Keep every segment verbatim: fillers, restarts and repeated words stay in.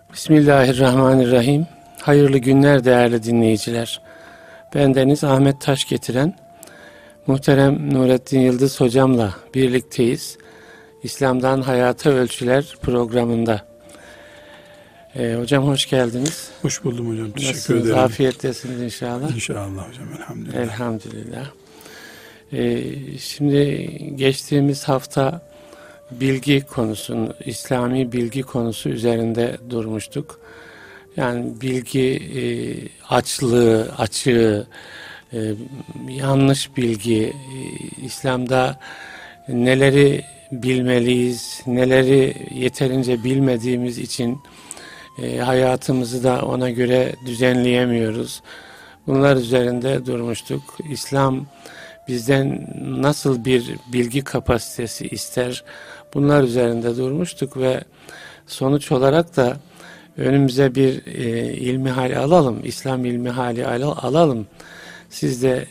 Bismillahirrahmanirrahim. Hayırlı günler değerli dinleyiciler. Bendeniz Ahmet Taş getiren muhterem Nurettin Yıldız hocamla birlikteyiz. İslam'dan Hayata Ölçüler programında. Ee, hocam hoş geldiniz. Hoş buldum hocam. Teşekkür Nasılsınız? ederim. Afiyettesiniz inşallah. İnşallah hocam. Elhamdülillah. Elhamdülillah. Ee, şimdi geçtiğimiz hafta bilgi konusunu, İslami bilgi konusu üzerinde durmuştuk. Yani bilgi e, açlığı, açığı, e, yanlış bilgi, e, İslam'da neleri bilmeliyiz, neleri yeterince bilmediğimiz için e, hayatımızı da ona göre düzenleyemiyoruz. Bunlar üzerinde durmuştuk. İslam bizden nasıl bir bilgi kapasitesi ister? Bunlar üzerinde durmuştuk ve sonuç olarak da önümüze bir e, ilmihal alalım, İslam ilmihali al, alalım. Siz de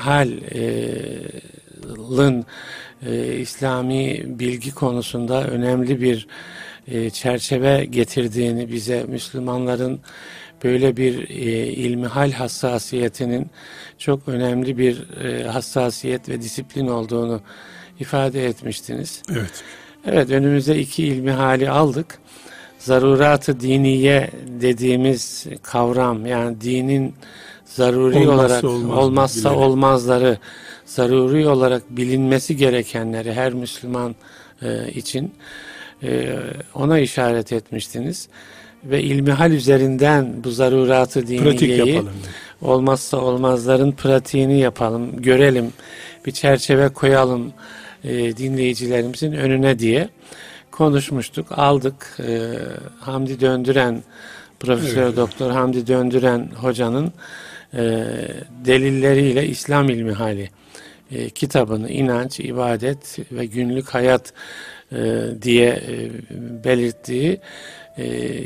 ilmihalın e, İslami bilgi konusunda önemli bir e, çerçeve getirdiğini, bize Müslümanların böyle bir e, ilmihal hassasiyetinin çok önemli bir e, hassasiyet ve disiplin olduğunu ifade etmiştiniz. Evet. Evet, önümüze iki ilmihali aldık. Zarurat-ı diniye dediğimiz kavram, yani dinin zaruri olmazsa olarak olmaz olmazsa bilerek. olmazları, zaruri olarak bilinmesi gerekenleri her Müslüman e, için e, ona işaret etmiştiniz. Ve ilmihal üzerinden bu zarurat-ı diniyeyi, olmazsa olmazların pratiğini yapalım, görelim, bir çerçeve koyalım e, dinleyicilerimizin önüne diye konuşmuştuk, aldık. E, Hamdi Döndüren, Profesör evet. Doktor Hamdi Döndüren hocanın e, delilleriyle İslam İlmihali e, kitabını inanç, ibadet ve günlük hayat e, diye e, belirttiği e,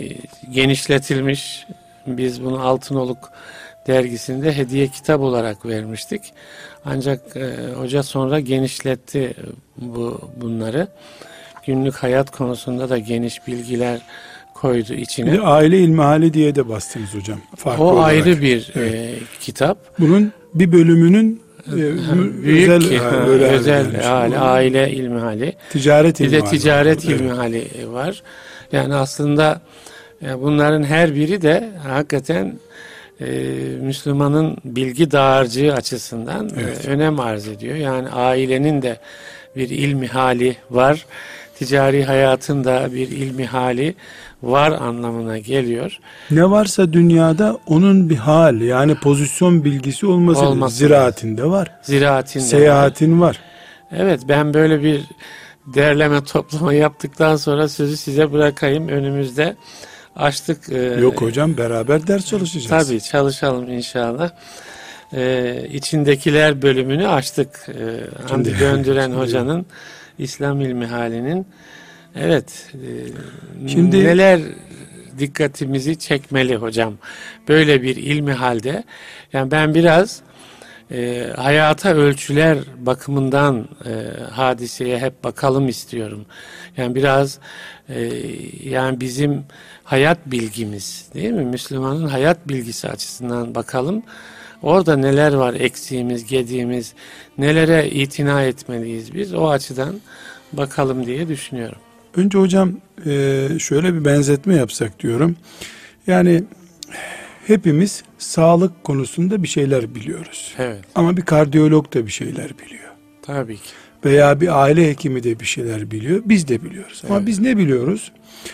genişletilmiş, biz bunu Altınoluk dergisinde hediye kitap olarak vermiştik. Ancak e, hoca sonra genişletti bu bunları. Günlük hayat konusunda da geniş bilgiler koydu içine. Bir de aile ilmihali diye de bastınız hocam. Farklı o olarak. ayrı bir evet. e, kitap. Bunun bir bölümünün e, büyük özel, ki, ha, özel hali, aile ilmihali. Ticaret bir ilmihali. Bir de ticaret var. ilmihali evet. var. Yani aslında e, bunların her biri de hakikaten e, Müslümanın bilgi dağarcığı açısından evet. e, önem arz ediyor. Yani ailenin de bir ilmihali var. Ticari hayatın da bir ilmihali var anlamına geliyor. Ne varsa dünyada onun bir hal, yani pozisyon bilgisi olması, olması ziraatinde var. Ziraatinde seyahatin var. var. Evet, ben böyle bir derleme toplama yaptıktan sonra sözü size bırakayım. Önümüzde açtık. E, Yok hocam, beraber ders çalışacağız. Tabii çalışalım inşallah. E, içindekiler bölümünü açtık. E, Hamdi Döndüren hocanın İslam İlmihalinin. Evet. E, Şimdi neler dikkatimizi çekmeli hocam? Böyle bir ilmihalde. Yani ben biraz e, hayata ölçüler bakımından e, hadiseye hep bakalım istiyorum. Yani biraz e, yani bizim hayat bilgimiz, değil mi? Müslümanın hayat bilgisi açısından bakalım. Orada neler var eksiğimiz, gediğimiz, nelere itina etmeliyiz biz, o açıdan bakalım diye düşünüyorum. Önce hocam şöyle bir benzetme yapsak diyorum. Yani hepimiz sağlık konusunda bir şeyler biliyoruz. Evet. Ama bir kardiyolog da bir şeyler biliyor. Tabii ki. Veya bir aile hekimi de bir şeyler biliyor. Biz de biliyoruz. Evet. Ama biz ne biliyoruz?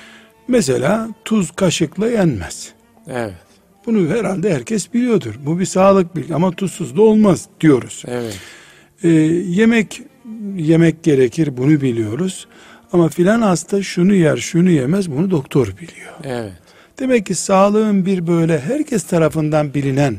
Mesela tuz kaşıkla yenmez. Evet. Bunu herhalde herkes biliyordur. Bu bir sağlık bilgi ama tuzsuz da olmaz diyoruz. Evet. Ee, yemek yemek gerekir, bunu biliyoruz. Ama filan hasta şunu yer, şunu yemez, bunu doktor biliyor. Evet. Demek ki sağlığın bir böyle herkes tarafından bilinen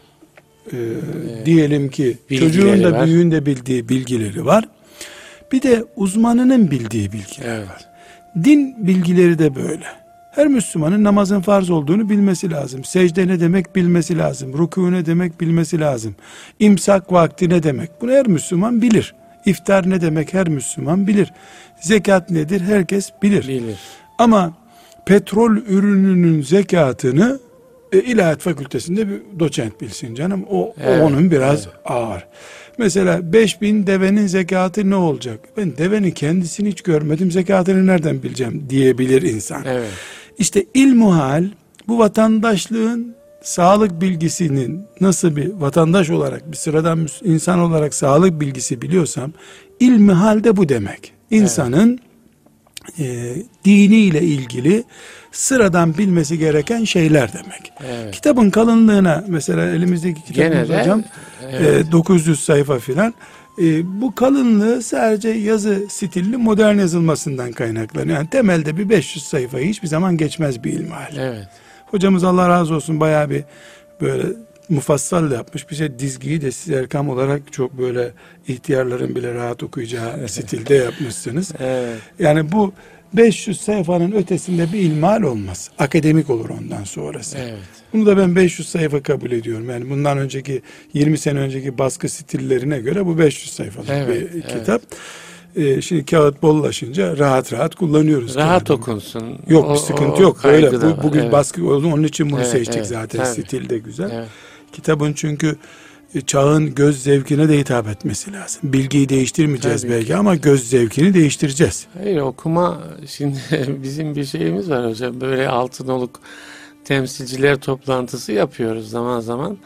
e, evet. diyelim ki bilgileri çocuğun da var, büyüğün de bildiği bilgileri var. Bir de uzmanının bildiği bilgiler evet. var. Din bilgileri de böyle. Her Müslümanın namazın farz olduğunu bilmesi lazım. Secde ne demek bilmesi lazım. Rükû ne demek bilmesi lazım. İmsak vakti ne demek? Bunu her Müslüman bilir. İftar ne demek her Müslüman bilir. Zekat nedir herkes bilir. Bilir. Ama petrol ürününün zekatını e, İlahiyat Fakültesinde bir doçent bilsin canım. O, evet, o onun biraz evet. ağır. Mesela beş bin devenin zekatı ne olacak? Ben devenin kendisini hiç görmedim, zekatını nereden bileceğim diyebilir insan. Evet. İşte ilmuhal bu vatandaşlığın sağlık bilgisinin nasıl bir vatandaş olarak, bir sıradan insan olarak sağlık bilgisi biliyorsam, ilmihal de bu demek. İnsanın evet. e, diniyle ilgili sıradan bilmesi gereken şeyler demek. Evet. Kitabın kalınlığına, mesela elimizdeki kitabımız de, hocam evet. e, dokuz yüz sayfa filan. E, bu kalınlığı sadece yazı stilli modern yazılmasından kaynaklanıyor. Yani temelde bir beş yüz sayfayı hiçbir zaman geçmez bir ilmihal. Evet. Hocamız Allah razı olsun bayağı bir böyle mufassal yapmış. Bir şey dizgiyi de siz Erkam olarak çok böyle ihtiyarların bile rahat okuyacağı stilde yapmışsınız. Evet. Yani bu beş yüz sayfanın ötesinde bir ilmihal olmaz. Akademik olur ondan sonrası. Evet. Bunu da ben beş yüz sayfa kabul ediyorum. Yani bundan önceki yirmi sene önceki baskı stillerine göre bu beş yüz sayfalık evet, bir evet. kitap. Ee, şimdi kağıt bollaşınca rahat rahat kullanıyoruz. Rahat kağıdını. Okunsun. Yok bir sıkıntı o, yok. Böyle bu, bugün evet. baskı oldu. Onun için bunu evet, seçtik evet, zaten. Tabii. Stil de güzel. Evet. Kitabın çünkü çağın göz zevkine de hitap etmesi lazım. Bilgiyi değiştirmeyeceğiz tabii belki ki. Ama göz zevkini değiştireceğiz. Hayır, okuma şimdi bizim bir şeyimiz var hocam. Böyle Altınoluk temsilciler toplantısı yapıyoruz zaman zaman.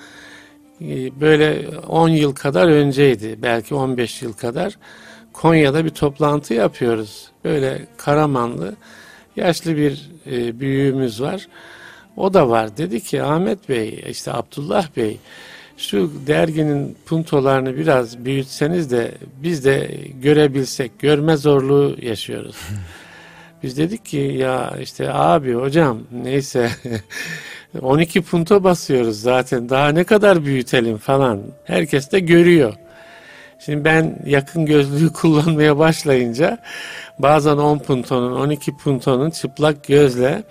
Böyle on yıl kadar önceydi. Belki on beş yıl kadar. Konya'da bir toplantı yapıyoruz. Böyle Karamanlı yaşlı bir e, büyüğümüz var. O da var. Dedi ki Ahmet Bey, işte Abdullah Bey, şu derginin puntolarını biraz büyütseniz de biz de görebilsek, görme zorluğu yaşıyoruz. Biz dedik ki ya işte abi hocam neyse on iki punto basıyoruz zaten, daha ne kadar büyütelim falan. Herkes de görüyor. Şimdi ben yakın gözlüğü kullanmaya başlayınca bazen on puntonun, on iki puntonun çıplak gözle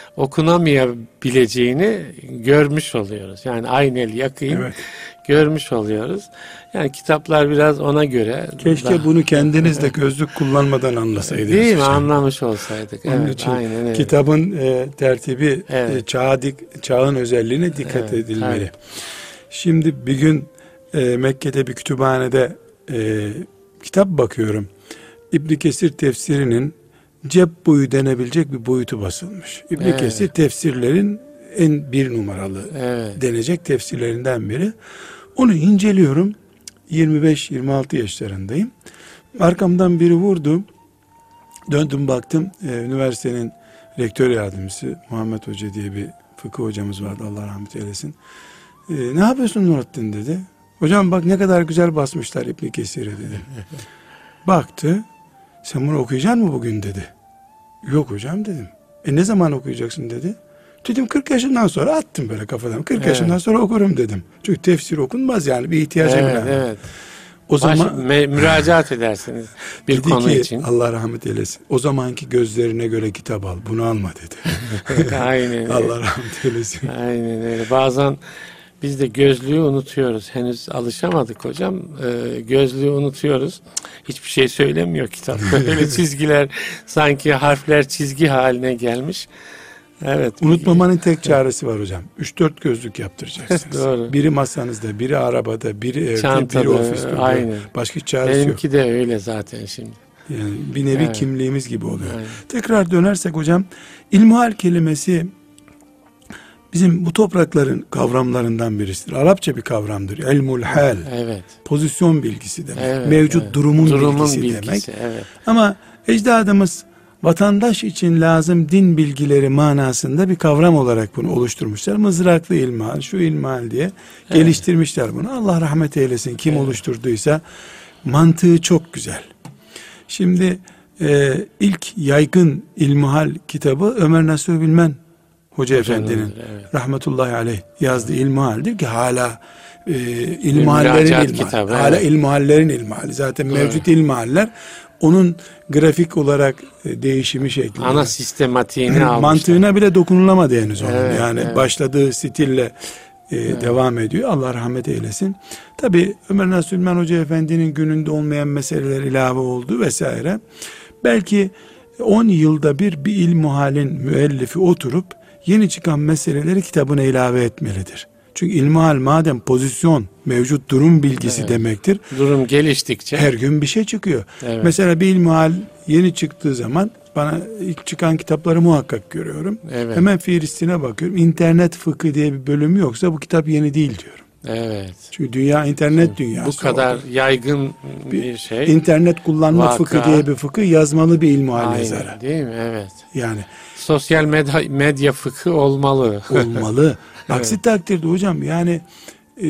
okunamayabileceğini görmüş oluyoruz. Yani aynel yakın evet. görmüş oluyoruz. Yani kitaplar biraz ona göre. Keşke daha... bunu kendiniz de gözlük kullanmadan anlasaydınız. Değil mi? Anlamış olsaydık. Onun evet, için aynen öyle. Kitabın e, tertibi evet. e, çağa dik, çağın özelliğine dikkat evet, edilmeli. Tabii. Şimdi bir gün e, Mekke'de bir kütüphanede e, kitap bakıyorum. İbn Kesir tefsirinin cep boyu denebilecek bir boyutu basılmış. İbn evet. Kesir tefsirlerin en bir numaralı evet. denecek tefsirlerinden biri. Onu inceliyorum. yirmi beş yirmi altı yaşlarındayım. Arkamdan biri vurdu. Döndüm baktım. E, üniversitenin rektör yardımcısı Muhammed Hoca diye bir fıkıh hocamız vardı. Allah rahmet eylesin. E, ne yapıyorsun Nurattin dedi. Hocam bak ne kadar güzel basmışlar İbn Kesir'i dedi. Baktı. Sen bunu okuyacaksın mı bugün dedi. Yok hocam dedim. E ne zaman okuyacaksın dedi. Dedim kırk yaşından sonra, attım böyle kafadan. kırk evet. yaşından sonra okurum dedim. Çünkü tefsir okunmaz yani, bir ihtiyacı evet, bile. Evet. O Baş, zaman me, müracaat edersiniz bir dedi konu ki, için. Allah rahmet eylesin. O zamanki gözlerine göre kitap al. Bunu alma dedi. Aynen. Allah rahmet eylesin. Aynen öyle. Bazen biz de gözlüğü unutuyoruz. Henüz alışamadık hocam. Ee, gözlüğü unutuyoruz. Hiçbir şey söylemiyor kitap. Böyle çizgiler, sanki harfler çizgi haline gelmiş. Evet. Unutmamanın tek çaresi var hocam. üç dört gözlük yaptıracaksınız. Doğru. Biri masanızda, biri arabada, biri evde, çantada, biri ofiste. Aynen. Başka çaresi yok. Benimki de öyle zaten şimdi. Yani bir nevi evet. kimliğimiz gibi oluyor. Aynen. Tekrar dönersek hocam, ilmuhal kelimesi bizim bu toprakların kavramlarından birisidir. Arapça bir kavramdır. Elmul hal. Evet. Pozisyon bilgisi demek. Evet, Mevcut evet. durumun, durumun bilgisi, bilgisi demek. Evet. Ama ecdadımız vatandaş için lazım din bilgileri manasında bir kavram olarak bunu oluşturmuşlar. Mızraklı ilmihal, şu ilmihal diye evet. geliştirmişler bunu. Allah rahmet eylesin kim evet. oluşturduysa. Mantığı çok güzel. Şimdi e, ilk yaygın ilmihal kitabı Ömer Nasuh Bilmen Hoca Hocam, Efendi'nin evet. rahmetullahi aleyh yazdığı evet. ilmihaldir ki hala e, ilmihallerin ilmihali. Kitabı, hala evet. ilmihallerin ilmihali. Zaten evet. mevcut ilmihaller onun grafik olarak e, değişimi şeklinde. Ana sistematiğini almışlar. Mantığına bile dokunulamadı henüz onun. Evet, yani evet. başladığı stille e, evet. devam ediyor. Allah rahmet eylesin. Tabi Ömer Nasuh Bilmen Hoca Efendi'nin gününde olmayan meseleler ilave oldu vesaire. Belki on yılda bir bir ilmuhalin müellifi oturup yeni çıkan meseleleri kitabına ilave etmelidir. Çünkü ilmihal madem pozisyon, mevcut durum bilgisi evet. demektir. Durum geliştikçe. Her gün bir şey çıkıyor. Evet. Mesela bir ilmihal yeni çıktığı zaman bana ilk çıkan kitapları muhakkak görüyorum. Evet. Hemen fihristine bakıyorum. İnternet fıkhı diye bir bölümü yoksa bu kitap yeni değil diyorum. Evet. Çünkü dünya internet dünyası. Bu kadar oldu. yaygın bir, bir şey. İnternet kullanma Vaka. fıkhı diye bir fıkıh yazmalı bir ilmuhal yazarı. Değil mi? Evet. Yani sosyal medya, medya fıkhı olmalı. Olmalı. Aksi evet. takdirde hocam yani e,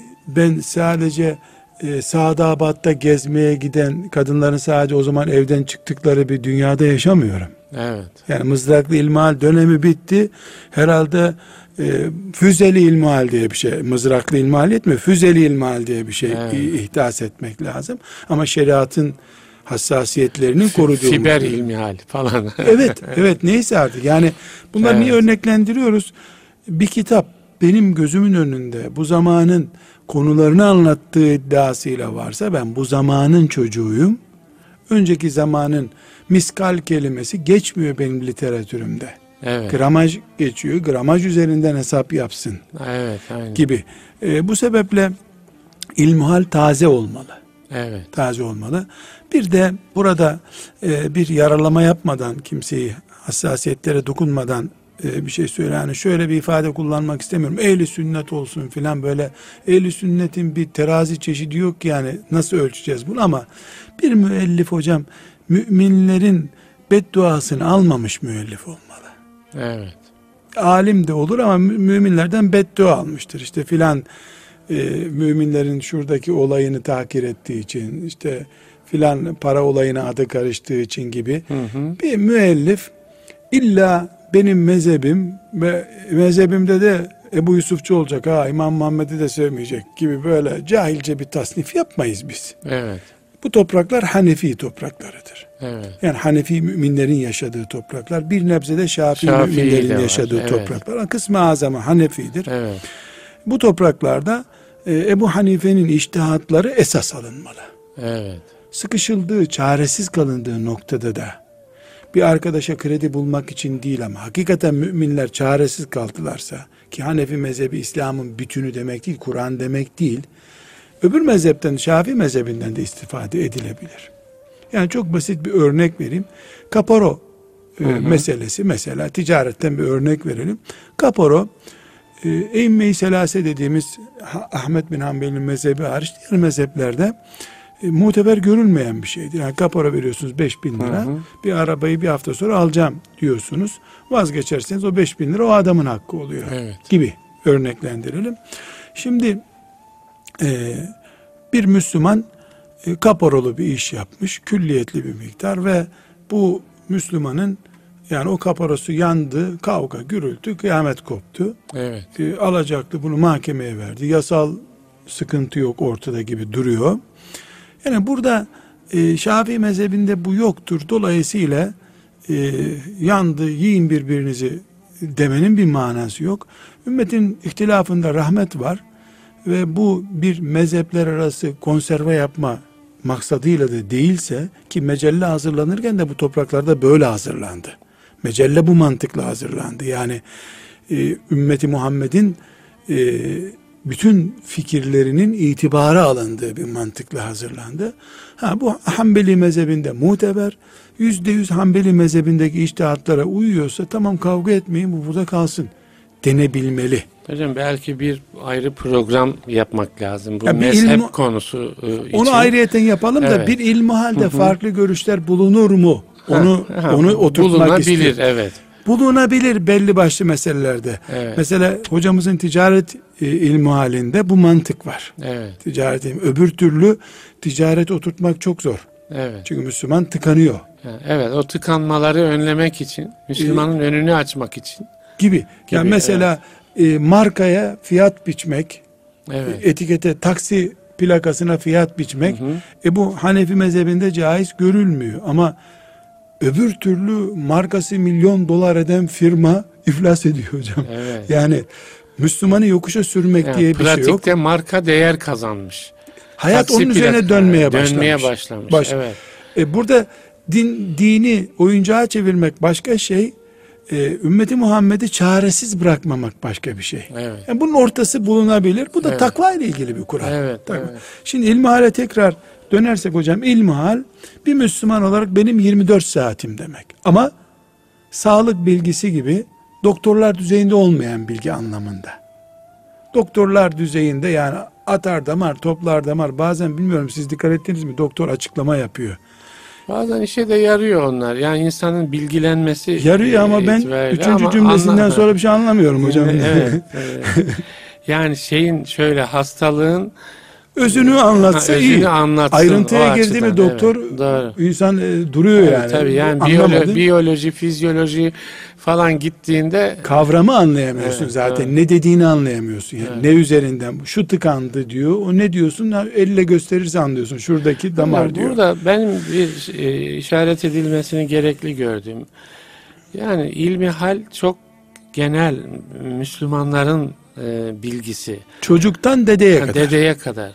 ben sadece e, Sadabat'ta gezmeye giden kadınların sadece o zaman evden çıktıkları bir dünyada yaşamıyorum. Evet. Yani mızraklı ilmihal dönemi bitti. Herhalde e, füzeli ilmihal diye bir şey. Mızraklı ilmihal etmiyor. Füzeli ilmihal diye bir şey evet. ihdas etmek lazım. Ama şeriatın hassasiyetlerinin koruyduğu. Fiber ilmihal falan. Evet, evet neyse artık. Yani bunları evet. niye örneklendiriyoruz? Bir kitap benim gözümün önünde bu zamanın konularını anlattığı iddiasıyla varsa ben bu zamanın çocuğuyum. Önceki zamanın miskal kelimesi geçmiyor benim literatürümde. Evet. Gramaj geçiyor. Gramaj üzerinden hesap yapsın. Evet, aynen. Gibi. E, bu sebeple ilmuhal taze olmalı. Evet. Taze olmalı. Bir de burada e, bir yaralama yapmadan, kimseyi hassasiyetlere dokunmadan e, bir şey söyle. Yani şöyle bir ifade kullanmak istemiyorum. Ehli sünnet olsun filan böyle. Ehli sünnetin bir terazi çeşidi yok ki yani nasıl ölçeceğiz bunu, ama bir müellif hocam müminlerin bedduasını almamış müellif olmalı. Evet. Alim de olur ama müminlerden beddua almıştır. İşte filan e, müminlerin şuradaki olayını takir ettiği için, işte filan para olayına adı karıştığı için gibi hı hı. bir müellif illa benim mezhebim ve mezhebimde de Ebu Yusufçu olacak, ha İmam Muhammed'i de sevmeyecek gibi böyle cahilce bir tasnif yapmayız biz. Evet. Bu topraklar Hanefi topraklarıdır. Evet. Yani Hanefi müminlerin yaşadığı topraklar, bir nebzede Şafii, Şafii müminlerin yaşadığı evet. topraklar. Kısmı azamı Hanefi'dir. Evet. Bu topraklarda e, Ebu Hanife'nin içtihatları esas alınmalı. Evet. Sıkışıldığı, çaresiz kalındığı noktada da bir arkadaşa kredi bulmak için değil ama hakikaten müminler çaresiz kaldılarsa, ki Hanefi mezhebi İslam'ın bütünü demek değil, Kur'an demek değil, öbür mezhepten, Şafii mezhebinden de istifade edilebilir. Yani çok basit bir örnek vereyim. Kaporo e, meselesi, mesela ticaretten bir örnek verelim. Kaporo, e, Eyyime-i Selase dediğimiz Ahmet bin Hanbel'in mezhebi hariç diğer mezheplerde e, muteber görülmeyen bir şeydir. Yani kapora veriyorsunuz beş bin lira, hı hı. bir arabayı bir hafta sonra alacağım diyorsunuz. Vazgeçerseniz o beş bin lira o adamın hakkı oluyor evet. gibi örneklendirelim. Şimdi e, bir Müslüman e, kaporolu bir iş yapmış, külliyetli bir miktar ve bu Müslümanın, yani o kaporası yandı, kavga, gürültü, kıyamet koptu. Evet. E, alacaktı, bunu mahkemeye verdi. Yasal sıkıntı yok ortada gibi duruyor. Yani burada e, Şafii mezhebinde bu yoktur. Dolayısıyla e, yandı, yiyin birbirinizi demenin bir manası yok. Ümmetin ihtilafında rahmet var ve bu bir mezhepler arası konserve yapma maksadıyla da değilse, ki mecelle hazırlanırken de bu topraklarda böyle hazırlandı. Mecelle bu mantıkla hazırlandı. Yani e, ümmeti Muhammed'in e, bütün fikirlerinin itibara alındığı bir mantıkla hazırlandı. Ha, bu Hanbeli mezhebinde muteber, yüzde yüz Hanbeli mezhebindeki içtihatlara uyuyorsa tamam, kavga etmeyin, bu burada kalsın denebilmeli. Hocam belki bir ayrı program yapmak lazım bu ya mezhep ilmi, konusu için. Onu ayrıyeten yapalım evet. da bir ilmihalde farklı görüşler bulunur mu? Onu ha, ha, onu oturtmak istiyor. Bulunabilir, evet. Bulunabilir belli başlı meselelerde. Evet. Mesela hocamızın ticaret e, ilmi halinde bu mantık var. Evet. Ticaret ilmi. Öbür türlü ticaret oturtmak çok zor. Evet. Çünkü Müslüman tıkanıyor. Evet, o tıkanmaları önlemek için, Müslümanın ee, önünü açmak için. Gibi. gibi. Yani mesela evet. e, markaya fiyat biçmek, evet. etikete, taksi plakasına fiyat biçmek, hı hı. E bu Hanefi mezhebinde caiz görülmüyor. Ama öbür türlü markası milyon dolar eden firma iflas ediyor hocam. Evet. Yani Müslümanı yokuşa sürmek yani diye bir şey yok. Pratikte marka değer kazanmış. Hayat Taksi onun üzerine dönmeye başlamış. Dönmeye başlamış. Baş. Evet. E burada din, dini oyuncağa çevirmek başka şey, e, ümmeti Muhammed'i çaresiz bırakmamak başka bir şey. Evet. Yani bunun ortası bulunabilir. Bu da evet. takva ile ilgili bir kural. Evet, Takva. evet. Şimdi ilmihale tekrar dönersek hocam, ilmihal bir Müslüman olarak benim yirmi dört saatim demek. Ama sağlık bilgisi gibi doktorlar düzeyinde olmayan bilgi anlamında. Doktorlar düzeyinde, yani atar damar, toplar damar, bazen bilmiyorum siz dikkat ettiniz mi, doktor açıklama yapıyor. Bazen işe de yarıyor onlar. Yani insanın bilgilenmesi yarıyor ama ben üçüncü cümlesinden anla... sonra bir şey anlamıyorum hocam. Evet, evet. Yani şeyin şöyle, hastalığın özünü anlatsa özünü iyi. Anlatsın, ayrıntıya girdi mi doktor, evet, insan e, duruyor evet, yani. Tabii yani biyolo- biyoloji, fizyoloji falan gittiğinde kavramı anlayamıyorsun evet, zaten. Evet. Ne dediğini anlayamıyorsun. Yani evet. Ne üzerinden şu tıkandı diyor. O ne diyorsun? Elle gösterirse anlıyorsun. Şuradaki damar burada, diyor. Burada benim bir e, işaret edilmesini gerekli gördüğüm, yani ilmihal çok genel Müslümanların e, bilgisi. Çocuktan dedeye ha, kadar. Dedeye kadar.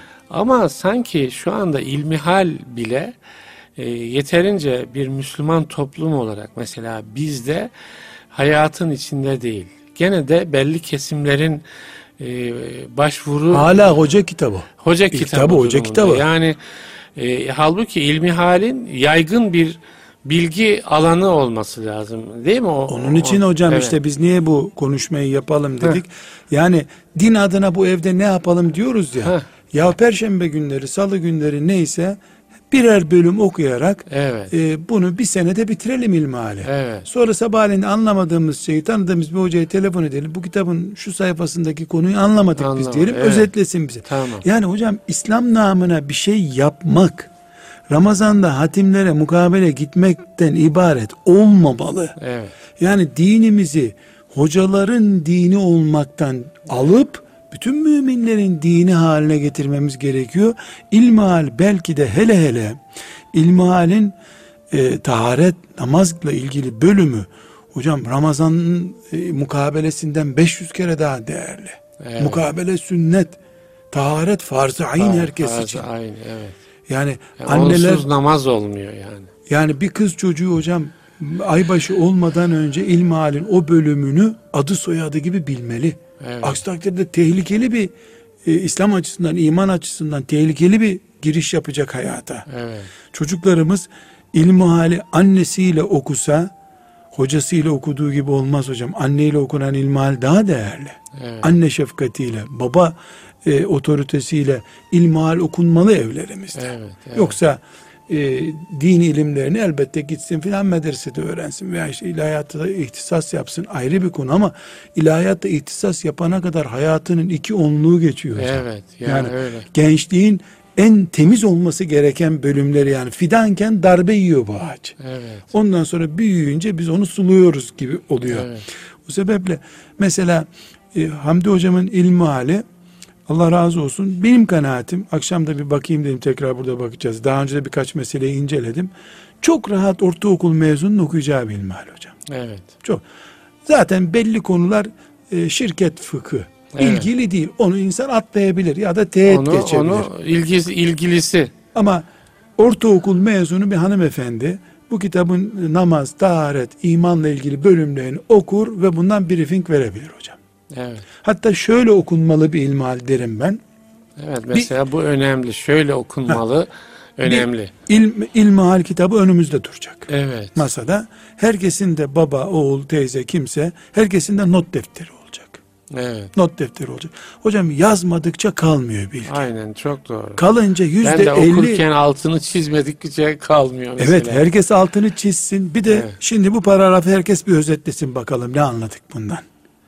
Ama sanki şu anda ilmihal bile e, yeterince bir Müslüman toplum olarak mesela bizde hayatın içinde değil. Gene de belli kesimlerin e, başvuru. Hala hoca kitabı. Hoca kitabı. kitabı hoca kitabı. Yani e, halbuki ilmihalin yaygın bir bilgi alanı olması lazım, değil mi? O, Onun için o, hocam evet. işte biz niye bu konuşmayı yapalım dedik. Heh. Yani din adına bu evde ne yapalım diyoruz ya. Heh. Ya perşembe günleri, salı günleri neyse birer bölüm okuyarak evet. e, bunu bir senede bitirelim ilmihali. Evet. Sonra sabahleyin anlamadığımız şeyi tanıdığımız bir hocaya telefon edelim. Bu kitabın şu sayfasındaki konuyu anlamadık Anladım. biz diyelim. Evet. Özetlesin bize. Tamam. Yani hocam İslam namına bir şey yapmak Ramazan'da hatimlere mukabele gitmekten ibaret olmamalı. Evet. Yani dinimizi hocaların dini olmaktan alıp bütün müminlerin dini haline getirmemiz gerekiyor. İlmihal belki de hele hele ilmihalin e, taharet, namazla ilgili bölümü hocam Ramazan'ın e, mukabelesinden beş yüz kere daha değerli. Evet. Mukabele sünnet, taharet farz-ı ayn herkes farz-ı için. Ayn, evet. Yani, yani anneler onsuz namaz olmuyor yani. Yani bir kız çocuğu hocam aybaşı olmadan önce ilmihalin o bölümünü adı soyadı gibi bilmeli. Evet. Aksi takdirde tehlikeli bir e, İslam açısından, iman açısından tehlikeli bir giriş yapacak hayata. Evet. Çocuklarımız ilmihali annesiyle okusa, hocasıyla okuduğu gibi olmaz hocam. Anneyle okunan ilmihal daha değerli. Evet. Anne şefkatiyle, baba e, otoritesiyle ilmihal okunmalı evlerimizde. Evet, evet. Yoksa e, din ilimlerini elbette gitsin filan medresede öğrensin veya işte ilahiyatta ihtisas yapsın, ayrı bir konu, ama ilahiyatta ihtisas yapana kadar hayatının iki onluğu geçiyor hocam. Evet, yani, yani öyle. Gençliğin en temiz olması gereken bölümleri, yani fidanken darbe yiyor bu ağaç. Evet. Ondan sonra büyüyünce biz onu suluyoruz gibi oluyor. Evet. O sebeple mesela e, Hamdi hocamın ilmihali, Allah razı olsun, benim kanaatim, akşam da bir bakayım dedim, tekrar burada bakacağız. Daha önce de birkaç meseleyi inceledim. Çok rahat ortaokul mezunun okuyacağı bir ilmihal hocam. Evet. Çok. Zaten belli konular e, şirket fıkı. Evet. İlgili değil. Onu insan atlayabilir ya da teğet onu, geçebilir. Onu ilgisi, ilgilisi. Ama ortaokul mezunu bir hanımefendi bu kitabın namaz, taharet, imanla ilgili bölümlerini okur ve bundan briefing verebilir hocam. Evet. Hatta şöyle okunmalı bir ilmihal derim ben. Evet, mesela bir, bu önemli. Şöyle okunmalı, ha, önemli. İlm, ilmihal kitabı önümüzde duracak. Evet. Masada. Herkesin de baba, oğul, teyze, kimse, herkesin de not defteri olacak. Evet. Not defteri olacak. Hocam yazmadıkça kalmıyor bilgi. Aynen, çok doğru. Kalınca yüzde elli. Ben de okurken altını çizmedikçe kalmıyor mesela. Evet, herkes altını çizsin. Bir de evet. Şimdi bu paragrafı herkes bir özetlesin bakalım ne anladık bundan.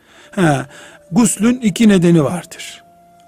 Ha, guslün iki nedeni vardır.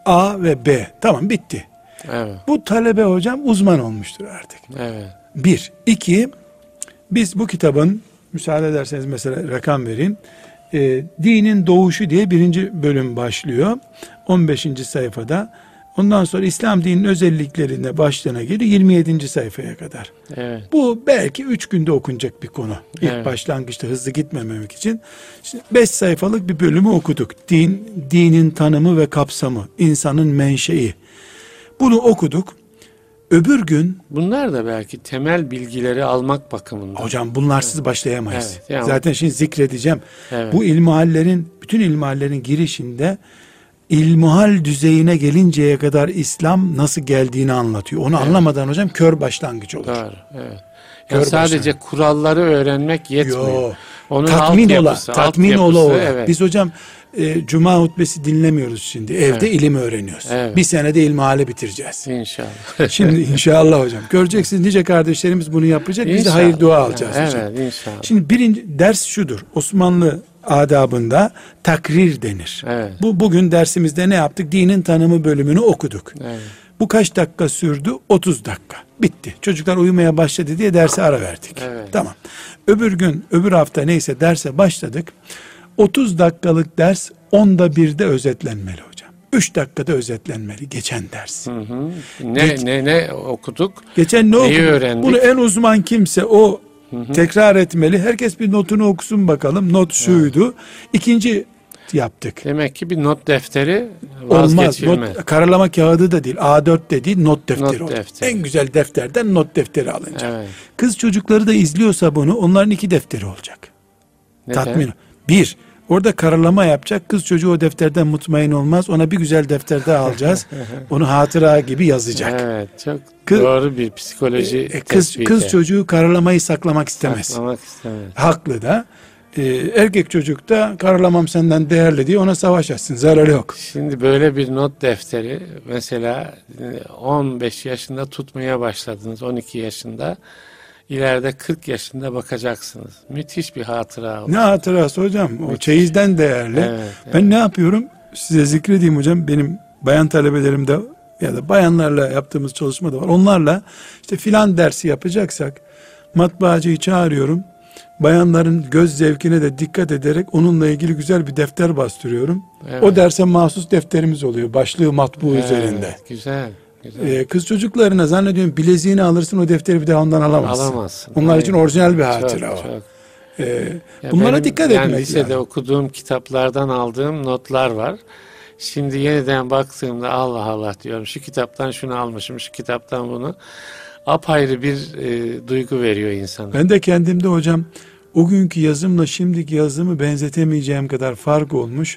A ve B. Tamam, bitti. Evet. Bu talebe hocam uzman olmuştur artık. Evet. Bir. İki. Biz bu kitabın, müsaade ederseniz mesela rakam vereyim. E, Dinin Doğuşu diye birinci bölüm başlıyor. on beşinci sayfada. Ondan sonra İslam dininin özelliklerine başlığına geliyor yirmi yedinci sayfaya kadar. Evet. Bu belki üç günde okunacak bir konu. İlk evet. başlangıçta hızlı gitmememek için. beş sayfalık bir bölümü okuduk. Din, dinin tanımı ve kapsamı, insanın menşei. Bunu okuduk. Öbür gün bunlar da belki temel bilgileri almak bakımından. Hocam bunlarsız evet. başlayamayız. Evet, yani, zaten şimdi zikredeceğim. Evet. Bu ilmihallerin, bütün ilmihallerin girişinde ilmihal düzeyine gelinceye kadar İslam nasıl geldiğini anlatıyor. Onu evet. anlamadan hocam kör başlangıç olur. Doğru. Evet. Yani sadece kuralları öğrenmek yetmiyor. Yo, Onun tatmin ola, tatmin ola ola. Evet. Biz hocam e, cuma hutbesi dinlemiyoruz şimdi. Evde evet. ilim öğreniyoruz. Evet. Bir senede ilmihali bitireceğiz. İnşallah. Şimdi inşallah hocam. Göreceksiniz nice kardeşlerimiz bunu yapacak. İnşallah. Biz de hayır dua alacağız evet, hocam. Evet inşallah. Şimdi birinci ders şudur. Osmanlı adabında takrir denir. Evet. Bu bugün dersimizde ne yaptık? Dinin tanımı bölümünü okuduk. Evet. Bu kaç dakika sürdü? otuz dakika. Bitti. Çocuklar uyumaya başladı diye derse ara verdik. Evet. Tamam. Öbür gün, öbür hafta neyse derse başladık. otuz dakikalık ders onda birde özetlenmeli hocam. üç dakikada özetlenmeli geçen ders. Hı hı. Ne Geç, ne ne okuduk? Geçen ne Neyi okuduk? öğrendik? Bunu en uzman kimse o hı hı. tekrar etmeli. Herkes bir notunu okusun bakalım. Not şuydu. Evet. İkinci yaptık. Demek ki bir not defteri vazgeçilmez. Olmaz. Not, karalama kağıdı da değil. A dört de değil, not defteri. Not defteri. En güzel defterden not defteri alınacak. Evet. Kız çocukları da izliyorsa bunu, onların iki defteri olacak. Neden? Tatmin. Bir, orada karalama yapacak. Kız çocuğu o defterden mutmain olmaz. Ona bir güzel defter daha alacağız. Onu hatıra gibi yazacak. Evet, çok kız, doğru bir psikoloji e, kız, kız çocuğu karalamayı saklamak istemez. Saklamak istemez. Haklı da. Ee, erkek çocuk da karalamam senden değerli diye ona savaş açsın. Zararı yok. Şimdi böyle bir not defteri mesela on beş yaşında tutmaya başladınız. on iki yaşında. İleride kırk yaşında bakacaksınız. Müthiş bir hatıra. Ne hatırası hocam? O Müthiş. Çeyizden değerli. Evet, ben evet. ne yapıyorum? Size zikredeyim hocam. Benim bayan talebelerimde ya da bayanlarla yaptığımız çalışma da var. Onlarla işte filan dersi yapacaksak matbaacıyı çağırıyorum. Bayanların göz zevkine de dikkat ederek onunla ilgili güzel bir defter bastırıyorum. Evet. O derse mahsus defterimiz oluyor. Başlığı matbu evet, üzerinde. Güzel. Güzel. Ee, kız çocuklarına zannediyorum bileziğini alırsın, o defteri bir daha ondan alamazsın. Alamazsın. Onlar evet. için orijinal bir hatıra çok, o. Çok. Ee, bunlara benim, dikkat yani etmek lisede yani. okuduğum kitaplardan aldığım notlar var. Şimdi yeniden baktığımda Allah Allah diyorum. Şu kitaptan şunu almışım, şu kitaptan bunu. Apayrı bir e, duygu veriyor insana. Ben de kendimde hocam o günkü yazımla şimdiki yazımı benzetemeyeceğim kadar fark olmuş.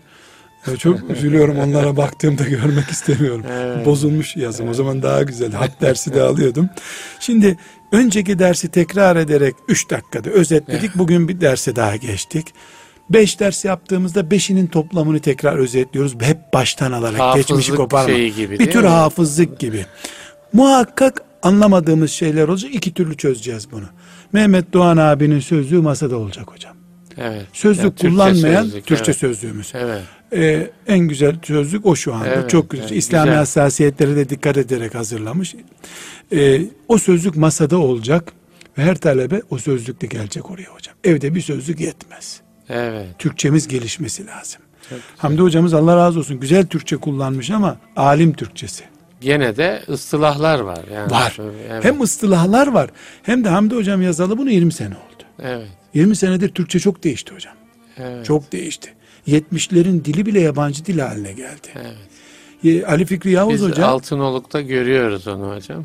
Çok üzülüyorum, onlara baktığımda görmek istemiyorum. Evet. Bozulmuş yazım. Evet. O zaman daha güzel. Hat dersi de alıyordum. Şimdi önceki dersi tekrar ederek üç dakikada özetledik. Evet. Bugün bir derse daha geçtik. beş ders yaptığımızda beşinin toplamını tekrar özetliyoruz. Hep baştan alarak, hafızlık geçmişi koparma. Şeyi gibi, bir tür mi? hafızlık gibi. Muhakkak anlamadığımız şeyler olacak. İki türlü çözeceğiz bunu. Mehmet Doğan abinin sözlüğü masada olacak hocam. Evet. Sözlük yani kullanmayan Türkçe, sözlük, Türkçe evet. sözlüğümüz. Evet. Ee, en güzel sözlük o şu anda. Evet, çok güzel. Evet, İslami güzel. hassasiyetlere de dikkat ederek hazırlamış. Ee, o sözlük masada olacak ve her talebe o sözlükle gelecek oraya hocam. Evde bir sözlük yetmez. Evet. Türkçemiz gelişmesi lazım. Hamdi hocamız Allah razı olsun güzel Türkçe kullanmış ama alim Türkçesi. Gene de ıstılahlar var. Yani. Var. Evet. Hem ıstılahlar var hem de Hamdi hocam yazalı bunu yirmi sene oldu. Evet. yirmi senedir Türkçe çok değişti hocam. Evet. Çok değişti. yetmişlerin dili bile yabancı dil haline geldi. Evet. Ali Fikri Yavuz Biz hocam. Biz Altınoluk'ta görüyoruz onu hocam.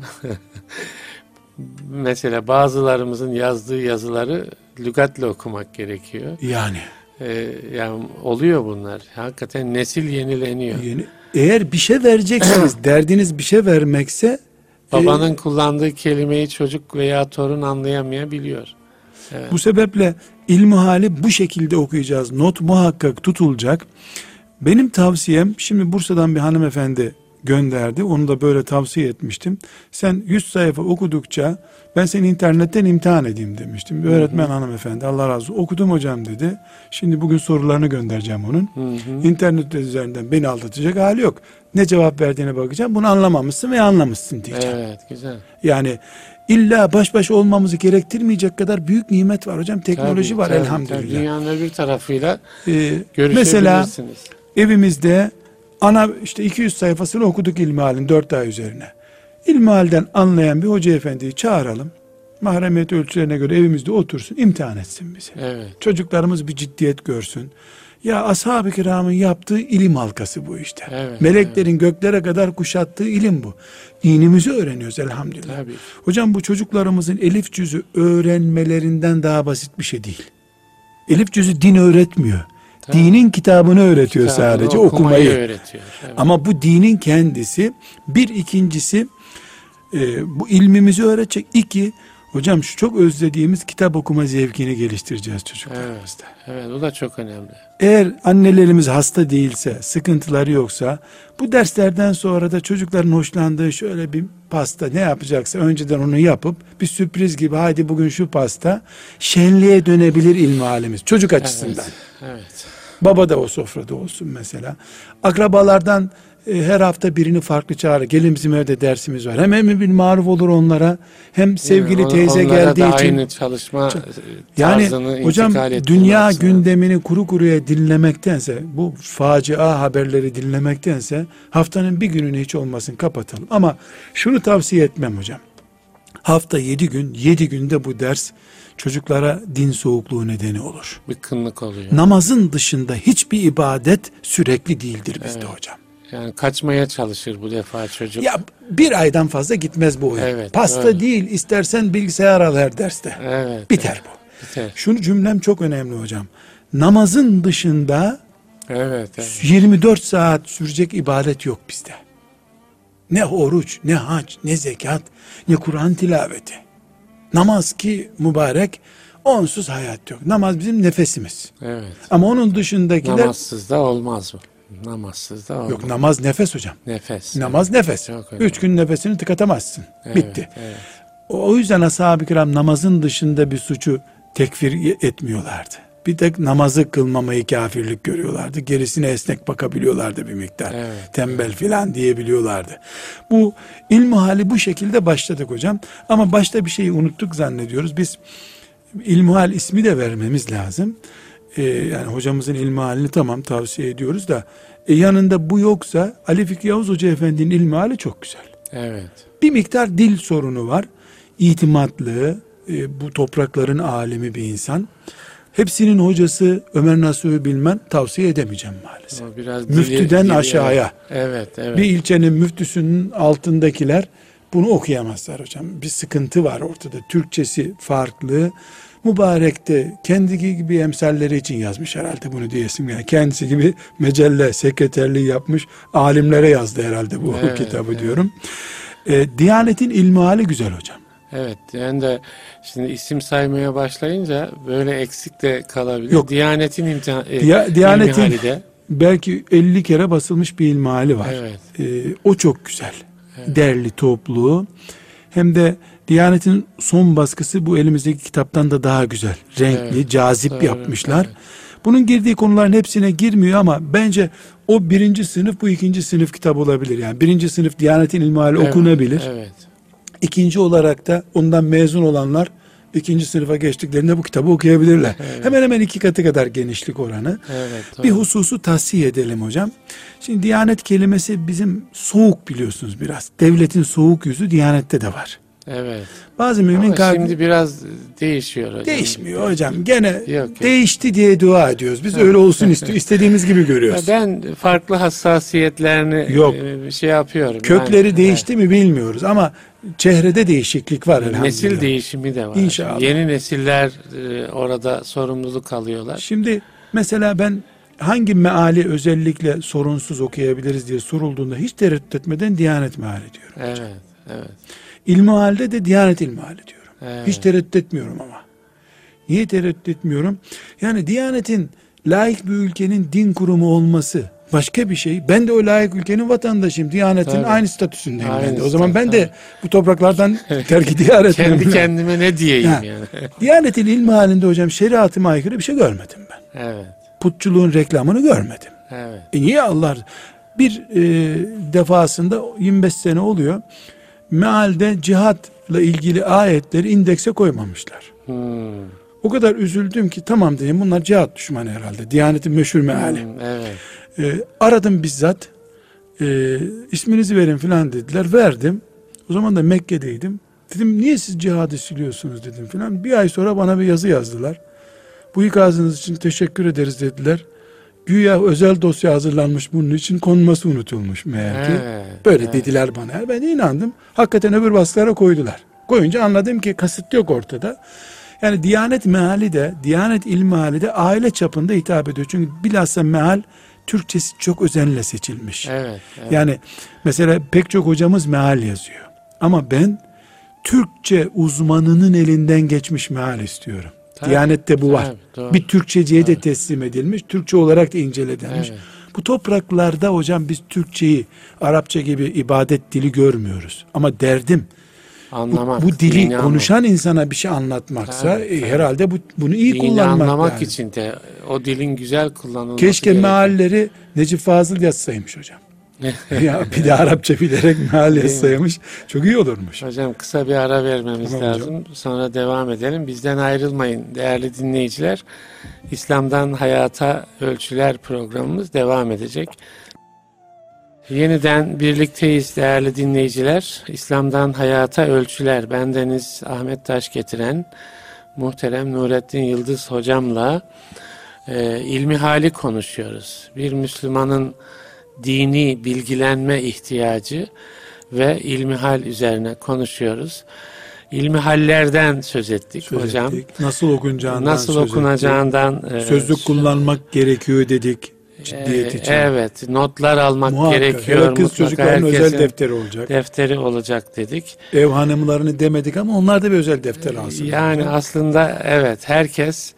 Mesela bazılarımızın yazdığı yazıları lügatle okumak gerekiyor. Yani. Ee, yani oluyor bunlar. Hakikaten nesil yenileniyor. Yeni. Eğer bir şey vereceksiniz, derdiniz bir şey vermekse babanın e, kullandığı kelimeyi çocuk veya torun anlayamayabiliyor. Evet. Bu sebeple ilmihali bu şekilde okuyacağız. Not muhakkak tutulacak. Benim tavsiyem, şimdi Bursa'dan bir hanımefendi gönderdi. Onu da böyle tavsiye etmiştim. Sen yüz sayfa okudukça ben seni internetten imtihan edeyim demiştim. Bir öğretmen hı hı. hanımefendi, Allah razı olsun. Okudum hocam dedi. Şimdi bugün sorularını göndereceğim onun. Hı hı. İnternet üzerinden beni aldatacak hali yok. Ne cevap verdiğine bakacağım. Bunu anlamamışsın veya anlamışsın diyeceğim. Evet, güzel. Yani İlla baş başa olmamızı gerektirmeyecek kadar büyük nimet var hocam. Teknoloji tabii, var tabii, elhamdülillah. Tabii. Dünyanın öbür tarafıyla ee, görüşebilirsiniz. Mesela evimizde ana işte iki yüz sayfasını okuduk ilmihalin dört ay üzerine. İlmihalden anlayan bir hoca efendiyi çağıralım. Mahremiyet ölçülerine göre evimizde otursun, imtihan etsin bizi. Evet. Çocuklarımız bir ciddiyet görsün. Ya ashab-ı kiramın yaptığı ilim halkası bu işte. Evet, Meleklerin evet. göklere kadar kuşattığı ilim bu. Dinimizi öğreniyoruz elhamdülillah. Tabii. Hocam bu çocuklarımızın elif cüzü öğrenmelerinden daha basit bir şey değil. Elif cüzü din öğretmiyor. Tabii. Dinin kitabını öğretiyor, kitabını, sadece okumayı. okumayı öğretiyor. Evet. Ama bu dinin kendisi. Bir ikincisi e, bu ilmimizi öğretecek. İki, hocam şu çok özlediğimiz kitap okuma zevkini geliştireceğiz çocuklarımızda. Evet, evet, o da çok önemli. Eğer annelerimiz hasta değilse, sıkıntıları yoksa, bu derslerden sonra da çocukların hoşlandığı şöyle bir pasta ne yapacaksa önceden onu yapıp bir sürpriz gibi haydi bugün şu pasta, şenliğe dönebilir ilmi halimiz çocuk açısından. Evet, evet. Baba da o sofrada olsun mesela. Akrabalardan e, her hafta birini farklı çağırır. Gelin bizim evde dersimiz var. Hem emri bil maruf olur onlara, hem sevgili yani teyze geldiği da için. Aynı çalışma yani hocam dünya aslında. gündemini kuru kuruya dinlemektense, bu facia haberleri dinlemektense haftanın bir gününü hiç olmasın kapatalım. Ama şunu tavsiye etmem hocam. Hafta yedi gün, yedi günde bu ders çocuklara din soğukluğu nedeni olur. Bıkkınlık oluyor. Namazın dışında hiçbir ibadet sürekli değildir bizde evet. hocam. Yani kaçmaya çalışır bu defa çocuk. Ya bir aydan fazla gitmez bu oyun. Evet, Pasta öyle. Değil, istersen bilgisayar al her derste. Evet, Biter evet. bu. Biter. Şunu cümlem çok önemli hocam. Namazın dışında evet, evet. yirmi dört saat sürecek ibadet yok bizde. Ne oruç, ne hac, ne zekat, ne Kur'an tilaveti. Namaz ki mübarek, onsuz hayat yok. Namaz bizim nefesimiz. Evet. Ama onun dışındakiler... Namazsız da olmaz bu. Namazsız da olmaz. Yok, namaz nefes hocam. Nefes. Namaz evet. nefes. Üç gün nefesini tıkatamazsın. Evet, Bitti. Evet. O yüzden ashab-ı kiram namazın dışında bir suçu tekfir etmiyorlardı. Bir tek namazı kılmamayı kafirlik görüyorlardı. Gerisine esnek bakabiliyorlardı bir miktar. Evet, Tembel evet. filan diyebiliyorlardı. Bu ilmuhali bu şekilde başladık hocam. Ama başta bir şeyi unuttuk zannediyoruz. Biz ilmuhal ismi de vermemiz lazım. Ee, yani hocamızın ilmihalini tamam tavsiye ediyoruz da e, yanında bu yoksa Ali Fikri Yavuz Hoca Efendi'nin ilmihali çok güzel. Evet. Bir miktar dil sorunu var. İtimatlı, e, bu toprakların alemi bir insan. Hepsinin hocası Ömer Nasuhi Bilmen tavsiye edemeyeceğim maalesef. Biraz Müftüden dili, aşağıya. Evet, evet. Bir ilçenin müftüsünün altındakiler bunu okuyamazlar hocam. Bir sıkıntı var ortada. Türkçesi farklı. Mübarek de kendi gibi emsalleri için yazmış herhalde bunu diyesim. Yani kendisi gibi mecelle sekreterliği yapmış. Alimlere yazdı herhalde bu evet, kitabı evet. diyorum. E, Diyanetin ilmihali güzel hocam. Evet, yani de şimdi isim saymaya başlayınca böyle eksik de kalabilir. Yok. Diyanetin imtihan, e, Diya, Diyanetin ilmihali de belki elli kere basılmış bir ilmihali var. Evet. E, o çok güzel. Evet. Derli toplu. Hem de Diyanet'in son baskısı bu elimizdeki kitaptan da daha güzel. Renkli, evet, cazip doğru, yapmışlar. Evet. Bunun girdiği konuların hepsine girmiyor ama bence o birinci sınıf, bu ikinci sınıf kitap olabilir. Yani birinci sınıf Diyanet'in ilmihali evet, okunabilir. Evet. İkinci olarak da ondan mezun olanlar ikinci sınıfa geçtiklerinde bu kitabı okuyabilirler. Evet. Hemen hemen iki katı kadar genişlik oranı. Evet, bir hususu tahsiye edelim hocam. Şimdi Diyanet kelimesi bizim soğuk biliyorsunuz biraz. Devletin soğuk yüzü Diyanet'te de var. Evet. Bazı mümin Ama kalbi... şimdi biraz değişiyor hocam. Değişmiyor hocam. Gene yok, yok. değişti diye dua ediyoruz. Biz öyle olsun istiyoruz. İstediğimiz gibi görüyoruz. Ben farklı hassasiyetlerini yok. şey yapıyorum. Kökleri yani, değişti evet. mi bilmiyoruz ama çehrede değişiklik var elhamdülillah. Nesil değişimi de var. İnşallah. Yeni nesiller orada sorumluluk alıyorlar. Şimdi mesela ben hangi meali özellikle sorunsuz okuyabiliriz diye sorulduğunda hiç tereddüt etmeden Diyanet meali diyorum. Evet, hocam. evet. İlmihalde de Diyanet ilmihali diyorum. Evet. Hiç tereddüt etmiyorum ama. Niye tereddüt etmiyorum? Yani Diyanet'in layık bir ülkenin din kurumu olması başka bir şey. Ben de o layık ülkenin vatandaşıyım. Diyanet'in tabii. aynı statüsündeyim aynı ben de. O zaman ben tabii. de bu topraklardan terk diyar etmem. Kendi kendime ne diyeyim ha. yani. Diyanet'in ilmihalinde hocam şeriatıma aykırı bir şey görmedim ben. Evet. Putçuluğun reklamını görmedim. Evet. E niye Allah? Bir e, defasında yirmi beş sene oluyor. Mealde cihatla ilgili ayetleri indekse koymamışlar. Hmm. O kadar üzüldüm ki tamam dedim bunlar cihat düşmanı herhalde. Diyanet'in meşhur meali. Hmm, evet. Ee, aradım bizzat. Ee, isminizi verin filan dediler. Verdim. O zaman da Mekke'deydim. Dedim niye siz cihadı siliyorsunuz dedim filan. Bir ay sonra bana bir yazı yazdılar. Bu ikazınız için teşekkür ederiz dediler. Güya özel dosya hazırlanmış bunun için, konması unutulmuş meğer ki. Evet, Böyle evet. dediler bana. Ben de inandım. Hakikaten öbür baskılara koydular. Koyunca anladım ki kasıt yok ortada. Yani Diyanet meali de, Diyanet ilmihali de aile çapında hitap ediyor. Çünkü bilhassa meal Türkçesi çok özenle seçilmiş. Evet, evet. Yani mesela pek çok hocamız meal yazıyor. Ama ben Türkçe uzmanının elinden geçmiş meal istiyorum. Tabii, Diyanette bu var. tabii, doğru. Bir Türkçeciye de Tabii. teslim edilmiş. Türkçe olarak da incelenmiş. Evet. Bu topraklarda hocam biz Türkçeyi Arapça gibi ibadet dili görmüyoruz. Ama derdim Anlamak, bu, bu dili dini konuşan anlamak. insana bir şey anlatmaksa Tabii, e, tabii. herhalde bu, bunu iyi dini kullanmak anlamak lazım. için de o dilin güzel kullanılması Keşke gerekiyor. mealleri Necip Fazıl yazsaymış hocam. Ya bir de Arapça bilerek meal yazsaymış. Çok iyi olurmuş. Hocam kısa bir ara vermemiz Tamam lazım. hocam. Sonra devam edelim. Bizden ayrılmayın değerli dinleyiciler. İslam'dan Hayata Ölçüler programımız devam edecek. Yeniden birlikteyiz değerli dinleyiciler. İslam'dan Hayata Ölçüler. Bendeniz Ahmet Taş getiren muhterem Nurettin Yıldız hocamla e, ilmihali konuşuyoruz. Bir Müslümanın dini bilgilenme ihtiyacı ve ilmihal üzerine konuşuyoruz. İlmihallerden söz ettik Söz hocam. ettik. Nasıl okunacağından Nasıl söz okunacağından ettik. e, Sözlük kullanmak gerekiyor dedik ciddiyet e, için. Evet, notlar almak Muhakkak. gerekiyor. Hele kız Mutlaka çocukların özel herkesin defteri olacak. defteri olacak dedik. Ev hanımlarını demedik ama onlar da bir özel defter alsın. Yani aslında evet, herkes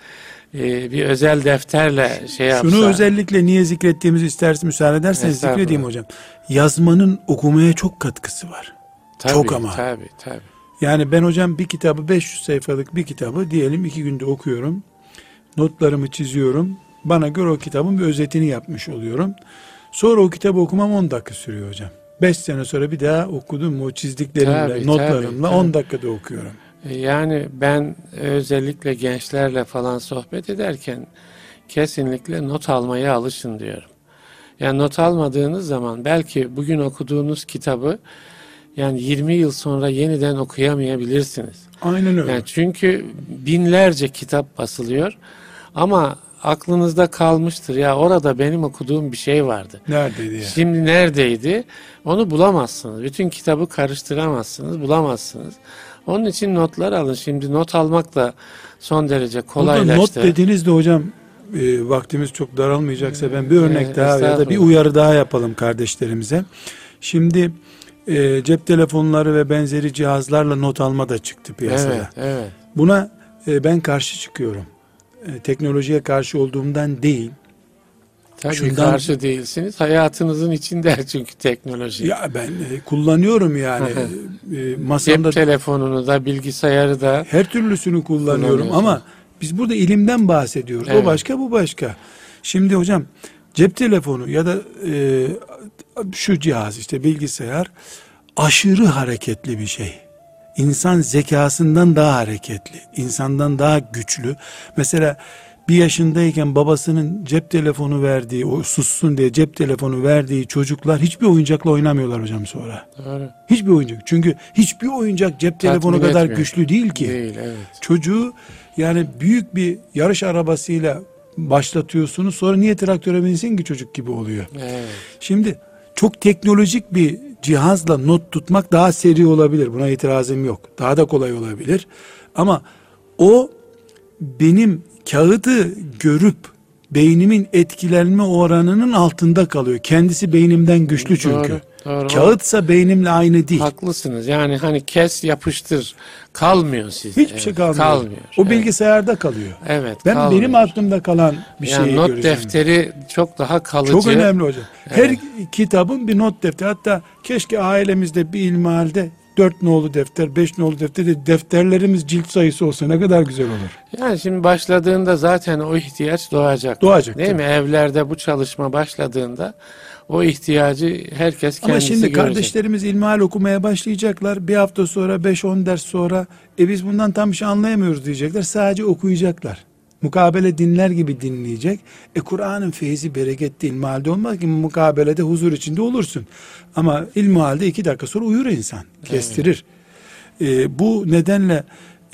e, bir özel defterle şey yapsa. Şunu özellikle niye zikrettiğimizi istersen müsaade ederseniz zikredeyim hocam. Yazmanın okumaya çok katkısı var. Tabii, çok ama. Tabii, tabii. Yani ben hocam bir kitabı, beş yüz sayfalık bir kitabı diyelim iki günde okuyorum. Notlarımı çiziyorum. Bana göre o kitabın bir özetini yapmış oluyorum. Sonra o kitabı okumam on dakika sürüyor hocam. beş sene sonra bir daha okudum o çizdiklerimle, Tabii, notlarımla tabii, on tabii. dakikada okuyorum. Yani ben özellikle gençlerle falan sohbet ederken kesinlikle not almaya alışın diyorum. Yani not almadığınız zaman belki bugün okuduğunuz kitabı yani yirmi yıl sonra yeniden okuyamayabilirsiniz. Aynen öyle. Yani çünkü binlerce kitap basılıyor ama aklınızda kalmıştır. Ya orada benim okuduğum bir şey vardı. Neredeydi ya? Şimdi neredeydi? Onu bulamazsınız. Bütün kitabı karıştıramazsınız, bulamazsınız. Onun için notlar alın. Şimdi not almak da son derece kolaylaştı. Burada not dediğinizde hocam e, vaktimiz çok daralmayacaksa ben bir örnek Evet, daha ya da bir estağfurullah. uyarı daha yapalım kardeşlerimize. Şimdi e, cep telefonları ve benzeri cihazlarla not alma da çıktı piyasaya. Evet, evet. Buna e, ben karşı çıkıyorum. E, teknolojiye karşı olduğumdan değil. Tabii Şundan- karşı değilsiniz. Hayatınızın içinde çünkü teknoloji. Ya ben e, kullanıyorum yani. e, masamda Cep telefonunu da, bilgisayarı da. her türlüsünü kullanıyorum Kullanıyorsun. ama biz burada ilimden bahsediyoruz. Evet. O başka, bu başka. Şimdi hocam cep telefonu ya da e, şu cihaz işte bilgisayar aşırı hareketli bir şey. İnsan zekasından daha hareketli, insandan daha güçlü. Mesela bir yaşındayken babasının cep telefonu verdiği, o sussun diye cep telefonu verdiği çocuklar hiçbir oyuncakla oynamıyorlar hocam sonra. Doğru. Hiçbir oyuncak. Çünkü hiçbir oyuncak cep telefonu Tatmin kadar etmiyor. güçlü değil ki. Değil, evet. Çocuğu yani büyük bir yarış arabasıyla başlatıyorsunuz, sonra niye traktöre binsin ki çocuk gibi oluyor. Evet. Şimdi çok teknolojik bir cihazla not tutmak daha seri olabilir. Buna itirazım yok. Daha da kolay olabilir. Ama o benim kağıdı görüp beynimin etkilenme oranının altında kalıyor. Kendisi beynimden güçlü çünkü. Doğru, doğru. Kağıtsa beynimle aynı değil. Haklısınız. Yani hani kes yapıştır kalmıyor sizde. Hiçbir şey Evet, kalmıyor. kalmıyor. O Evet. bilgisayarda kalıyor. Evet. Ben kalmıyor. benim aklımda kalan bir yani şeyi not göreceğim. defteri çok daha kalıcı. Çok önemli hocam. Her Evet. kitabın bir not defteri. Hatta keşke ailemizde bir ilmihalde dört nolu defter, beş nolu defter de defterlerimiz cilt sayısı olsa ne kadar güzel olur. Yani şimdi başladığında zaten o ihtiyaç doğacak. Doğacak, Değil tabii. mi? Evlerde bu çalışma başladığında o ihtiyacı herkes kendisi Ama şimdi görecek. kardeşlerimiz ilmihal okumaya başlayacaklar. Bir hafta sonra, beş on ders sonra e biz bundan tam bir şey anlayamıyoruz diyecekler. Sadece okuyacaklar. Mukabele dinler gibi dinleyecek. E Kur'an'ın feyzi, bereketi ilmihalde olmaz ki, mukabelede huzur içinde olursun. Ama ilmihalde iki dakika sonra uyur insan. Kestirir. E, bu nedenle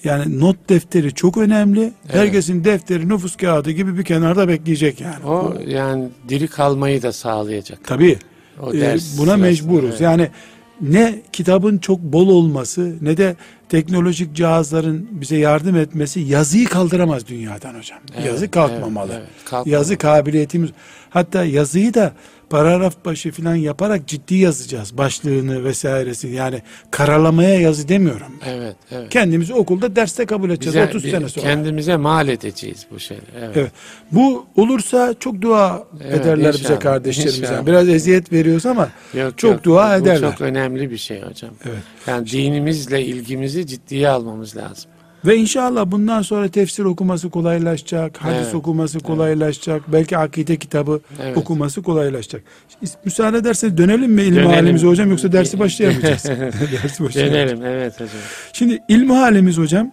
Yani not defteri çok önemli. Evet. Herkesin defteri nüfus kağıdı gibi bir kenarda bekleyecek yani. O yani diri kalmayı da sağlayacak. Tabii. Ee, buna mecburuz. Evet. Yani ne kitabın çok bol olması ne de teknolojik cihazların bize yardım etmesi yazıyı kaldıramaz dünyadan hocam. Evet, yazı kalkmamalı. Evet, evet, kalkmamalı. Yazı kabiliyetimiz, hatta yazıyı da paragraf başı falan yaparak ciddi yazacağız. Başlığını vesairesini, yani karalamaya yazı demiyorum. Evet, evet. Kendimizi okulda derste kabul edeceğiz bize, otuz sene sonra. Kendimize mal edeceğiz bu şeyleri. Evet. Evet. Bu olursa çok dua evet, ederler inşallah, bize kardeşlerimize. Biraz eziyet veriyoruz ama yok, çok yok, dua bu ederler. Bu çok önemli bir şey hocam. Evet. Yani dinimizle ilgimizi ciddiye almamız lazım. Ve inşallah bundan sonra tefsir okuması kolaylaşacak, hadis evet, okuması kolaylaşacak, evet. belki akide kitabı evet. okuması kolaylaşacak. Müsaade ederseniz dönelim mi ilmi halimize hocam, yoksa dersi başlayamayacağız. dersi başlayamayacağız. Dönelim, evet hocam. Şimdi ilmi halimiz hocam,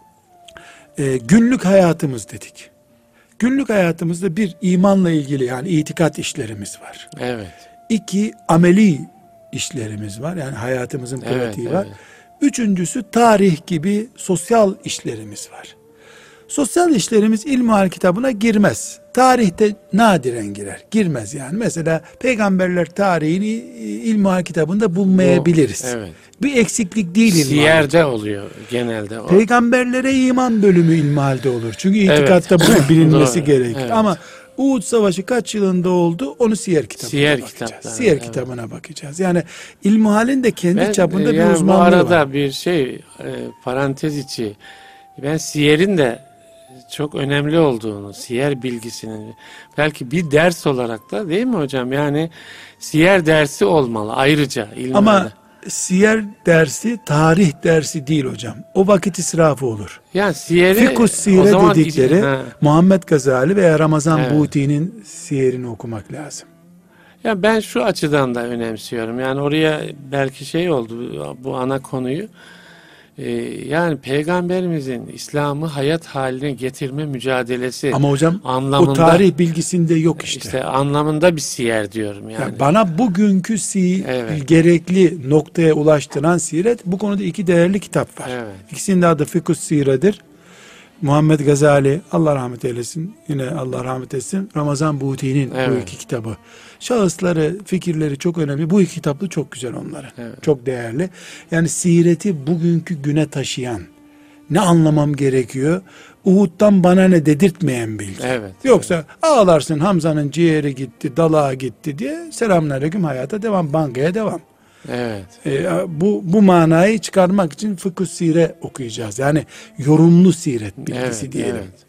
e, günlük hayatımız dedik. Günlük hayatımızda bir, imanla ilgili yani itikat işlerimiz var. Evet. İki, ameli işlerimiz var, yani hayatımızın pratiği evet, var. Evet. Üçüncüsü tarih gibi sosyal işlerimiz var. Sosyal işlerimiz ilmihal kitabına girmez. Tarihte nadiren girer. Girmez yani. Mesela peygamberler tarihini ilmihal kitabında bulmayabiliriz. O, evet. Bir eksiklik değil ilmihal. Siyer'de oluyor genelde o. Peygamberlere iman bölümü ilmihalde olur. Çünkü itikatta evet. bunun bilinmesi gerekir. Evet. Ama Uhud Savaşı kaç yılında oldu? Onu siyer kitabına siyer bakacağız. Kitapları, siyer evet. kitabına bakacağız. Yani ilmihalin de kendi ben, çapında yani bir uzmanlığı var. Bu arada var. bir şey e, parantez içi. Ben siyerin de çok önemli olduğunu, siyer bilgisinin belki bir ders olarak da, değil mi hocam? Yani siyer dersi olmalı ayrıca ilmihalde. Ama siyer dersi tarih dersi değil hocam. O vakit israfı olur. Yani siyeri Fikus sire dedikleri için, Muhammed Gazali veya Ramazan evet. Buğti'nin siyerini okumak lazım. Ya ben şu açıdan da önemsiyorum. Yani oraya belki şey oldu bu ana konuyu. Ee, yani peygamberimizin İslam'ı hayat haline getirme mücadelesi. Ama hocam o tarih bilgisinde yok işte. İşte anlamında bir siyer diyorum yani. yani bana bugünkü si evet. gerekli noktaya ulaştıran siret, bu konuda iki değerli kitap var. Evet. İkisinin de adı Fikus Sire'dir. Muhammed Gazali, Allah rahmet eylesin, yine Allah rahmet etsin, Ramazan Buğti'nin evet. bu iki kitabı. Şahısları, fikirleri çok önemli. Bu iki kitaplı çok güzel onların. Evet. Çok değerli. Yani sireti bugünkü güne taşıyan, ne anlamam gerekiyor? Uhud'dan bana ne dedirtmeyen bilgi. Evet, Yoksa evet. ağlarsın, Hamza'nın ciğeri gitti, dalağa gitti diye selamünaleyküm, hayata devam, bankaya devam. Evet. Ee, bu bu manayı çıkarmak için fıkıh sire okuyacağız. Yani yorumlu siret bilgisi evet, diyelim. Evet.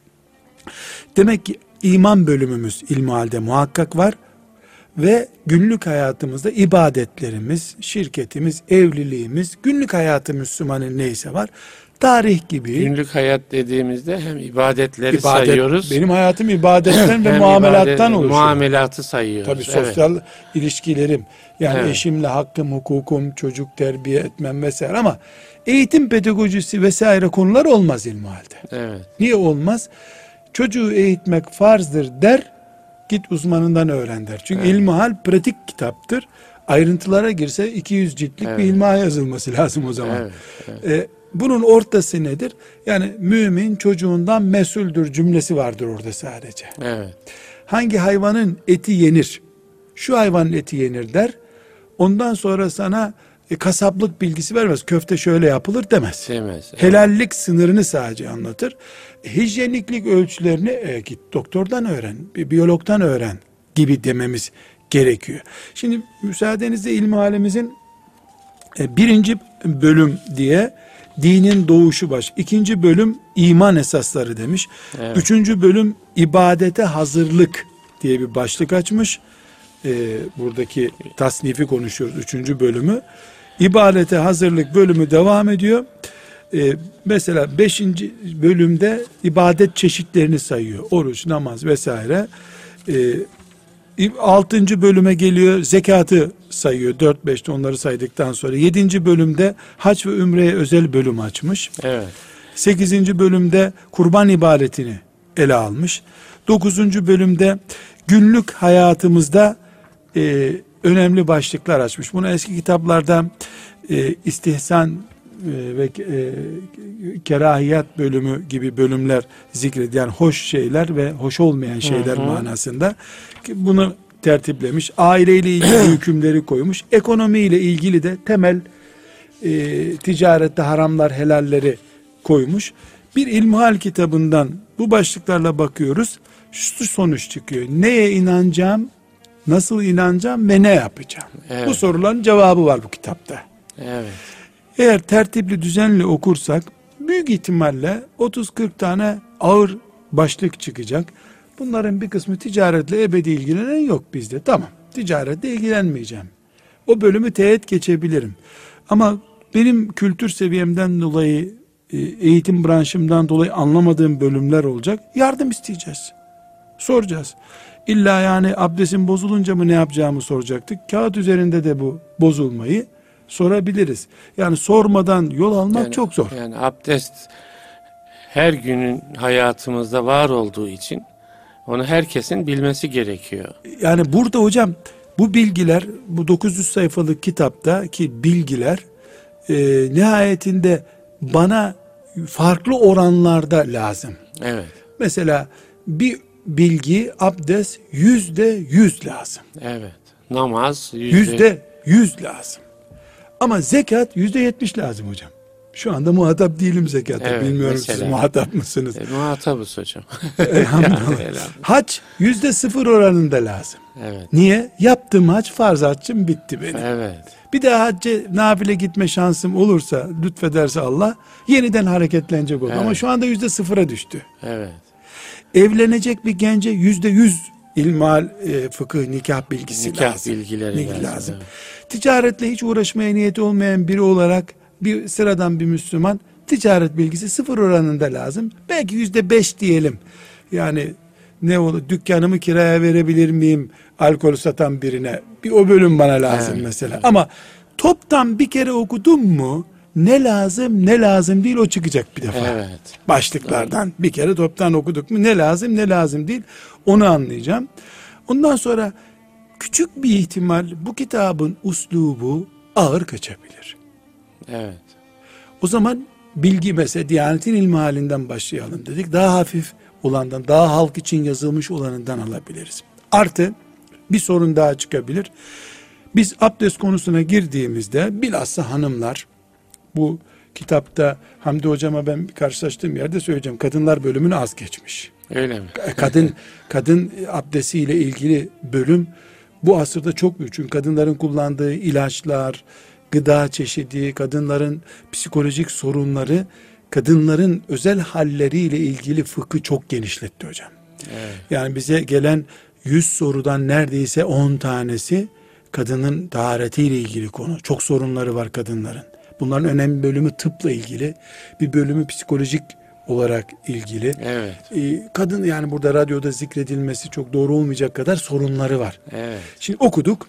Demek ki iman bölümümüz ilmihalde muhakkak var ve günlük hayatımızda ibadetlerimiz, şirketimiz, evliliğimiz, günlük hayatı Müslümanın neyse var. Tarih gibi. Günlük hayat dediğimizde hem ibadetleri ibadet, sayıyoruz. Benim hayatım ibadetten ve muamelattan ibadet, oluşuyor. Muamelatı sayıyoruz. Tabii sosyal evet. ilişkilerim, yani evet. eşimle hakkım, hukukum, çocuk terbiye etmem vesaire, ama eğitim pedagojisi vesaire konular olmaz ilmihalde. Evet. Niye olmaz? Çocuğu eğitmek farzdır der, git uzmanından öğren der. Çünkü evet. ilmihal pratik kitaptır. Ayrıntılara girse iki yüz ciltlik evet. bir ilmihal yazılması lazım o zaman. Evet. Evet. Ee, bunun ortası nedir? Yani mümin çocuğundan mesuldür cümlesi vardır orada sadece. Evet. Hangi hayvanın eti yenir? Şu hayvanın eti yenir der. Ondan sonra sana e, kasaplık bilgisi vermez. Köfte şöyle yapılır demez. Demez. Evet. Helallik sınırını sadece anlatır. Hijyeniklik ölçülerini e, git doktordan öğren, bir biyologdan öğren gibi dememiz gerekiyor. Şimdi müsaadenizle ilmihalimizin e, birinci bölüm diye dinin doğuşu baş. İkinci bölüm iman esasları demiş. Evet. Üçüncü bölüm ibadete hazırlık diye bir başlık açmış. Ee, buradaki tasnifi konuşuyoruz. Üçüncü bölümü. İbadete hazırlık bölümü devam ediyor. Ee, mesela beşinci bölümde ibadet çeşitlerini sayıyor. Oruç, namaz vesaire. Ee, altıncı bölüme geliyor. Zekatı sayıyor. Dört beşte onları saydıktan sonra. Yedinci bölümde hac ve ümreye özel bölüm açmış. Evet. Sekizinci bölümde kurban ibadetini ele almış. Dokuzuncu bölümde günlük hayatımızda e, önemli başlıklar açmış. Bunu eski kitaplarda e, istihsan ve e, kerahiyat bölümü gibi bölümler zikrediyor. Yani hoş şeyler ve hoş olmayan şeyler hı hı. manasında. Bunu tertiplemiş. Aileyle ilgili hükümleri koymuş. Ekonomiyle ilgili de temel e, ticarette haramlar, helalleri koymuş. Bir İlmihal kitabından bu başlıklarla bakıyoruz. Şu sonuç çıkıyor. Neye inanacağım, nasıl inanacağım ve ne yapacağım? Evet. Bu soruların cevabı var bu kitapta. Evet. Eğer tertipli, düzenli okursak büyük ihtimalle otuz kırk tane ağır başlık çıkacak. Bunların bir kısmı ticaretle ebedi ilgilenen yok bizde. Tamam, ticaretle ilgilenmeyeceğim. O bölümü teğet geçebilirim. Ama benim kültür seviyemden dolayı, eğitim branşımdan dolayı anlamadığım bölümler olacak. Yardım isteyeceğiz. Soracağız. İlla yani abdestin bozulunca mı ne yapacağımı soracaktık. Kağıt üzerinde de bu bozulmayı sorabiliriz. Yani sormadan yol almak yani, çok zor. Yani abdest her günün hayatımızda var olduğu için onu herkesin bilmesi gerekiyor. Yani burada hocam bu bilgiler, bu dokuz yüz sayfalık kitaptaki bilgiler e, nihayetinde bana farklı oranlarda lazım. Evet. Mesela bir bilgi, abdest yüzde yüz lazım. Evet. Namaz yüzde, yüzde yüz lazım. Ama zekat yüzde yetmiş lazım hocam. Şu anda muhatap değilim zekata. Evet, bilmiyorum mesela, siz muhatap mısınız? E, muhatabız hocam. Elhamdülillah. Hac yüzde sıfır oranında lazım. Evet. Niye? Yaptığım hac farz haccım bitti benim. Evet. Bir daha hacca nafile gitme şansım olursa, lütfederse Allah, yeniden hareketlenecek olur. Evet. Ama şu anda yüzde sıfıra düştü. Evet. Evlenecek bir gence yüzde yüz ilmihal, e, fıkıh, nikah bilgisi nikah lazım. bilgileri lazım. lazım. Evet. Ticaretle hiç uğraşmaya niyeti olmayan biri olarak bir sıradan bir Müslüman ticaret bilgisi sıfır oranında lazım. Belki yüzde beş diyelim. Yani ne olur, dükkanımı kiraya verebilir miyim alkol satan birine? Bir o bölüm bana lazım evet, mesela. Evet. Ama toptan bir kere okudum mu ne lazım ne lazım değil o çıkacak bir defa. Evet. Başlıklardan evet. Bir kere toptan okuduk mu ne lazım ne lazım değil onu anlayacağım. Ondan sonra küçük bir ihtimal bu kitabın uslubu ağır kaçabilir. Evet. O zaman bilgi mesela Diyanet'in ilmihalinden başlayalım dedik. Daha hafif olandan, daha halk için yazılmış olanından alabiliriz. Artı bir sorun daha çıkabilir. Biz abdest konusuna girdiğimizde bilhassa hanımlar, bu kitapta Hamdi hocama ben karşılaştığım yerde söyleyeceğim, kadınlar bölümünü az geçmiş. Öyle mi? Kadın kadın abdestiyle ilgili bölüm bu asırda çok büyük. Çünkü kadınların kullandığı ilaçlar, gıda çeşidi, kadınların psikolojik sorunları, kadınların özel halleriyle ilgili fıkhı çok genişletti hocam. Evet. Yani bize gelen yüz sorudan neredeyse on tanesi kadının taharetiyle ilgili konu. Çok sorunları var kadınların. Bunların önemli bölümü tıpla ilgili, bir bölümü psikolojik olarak ilgili. Evet. Ee, kadın yani burada radyoda zikredilmesi çok doğru olmayacak kadar sorunları var. Evet. Şimdi okuduk.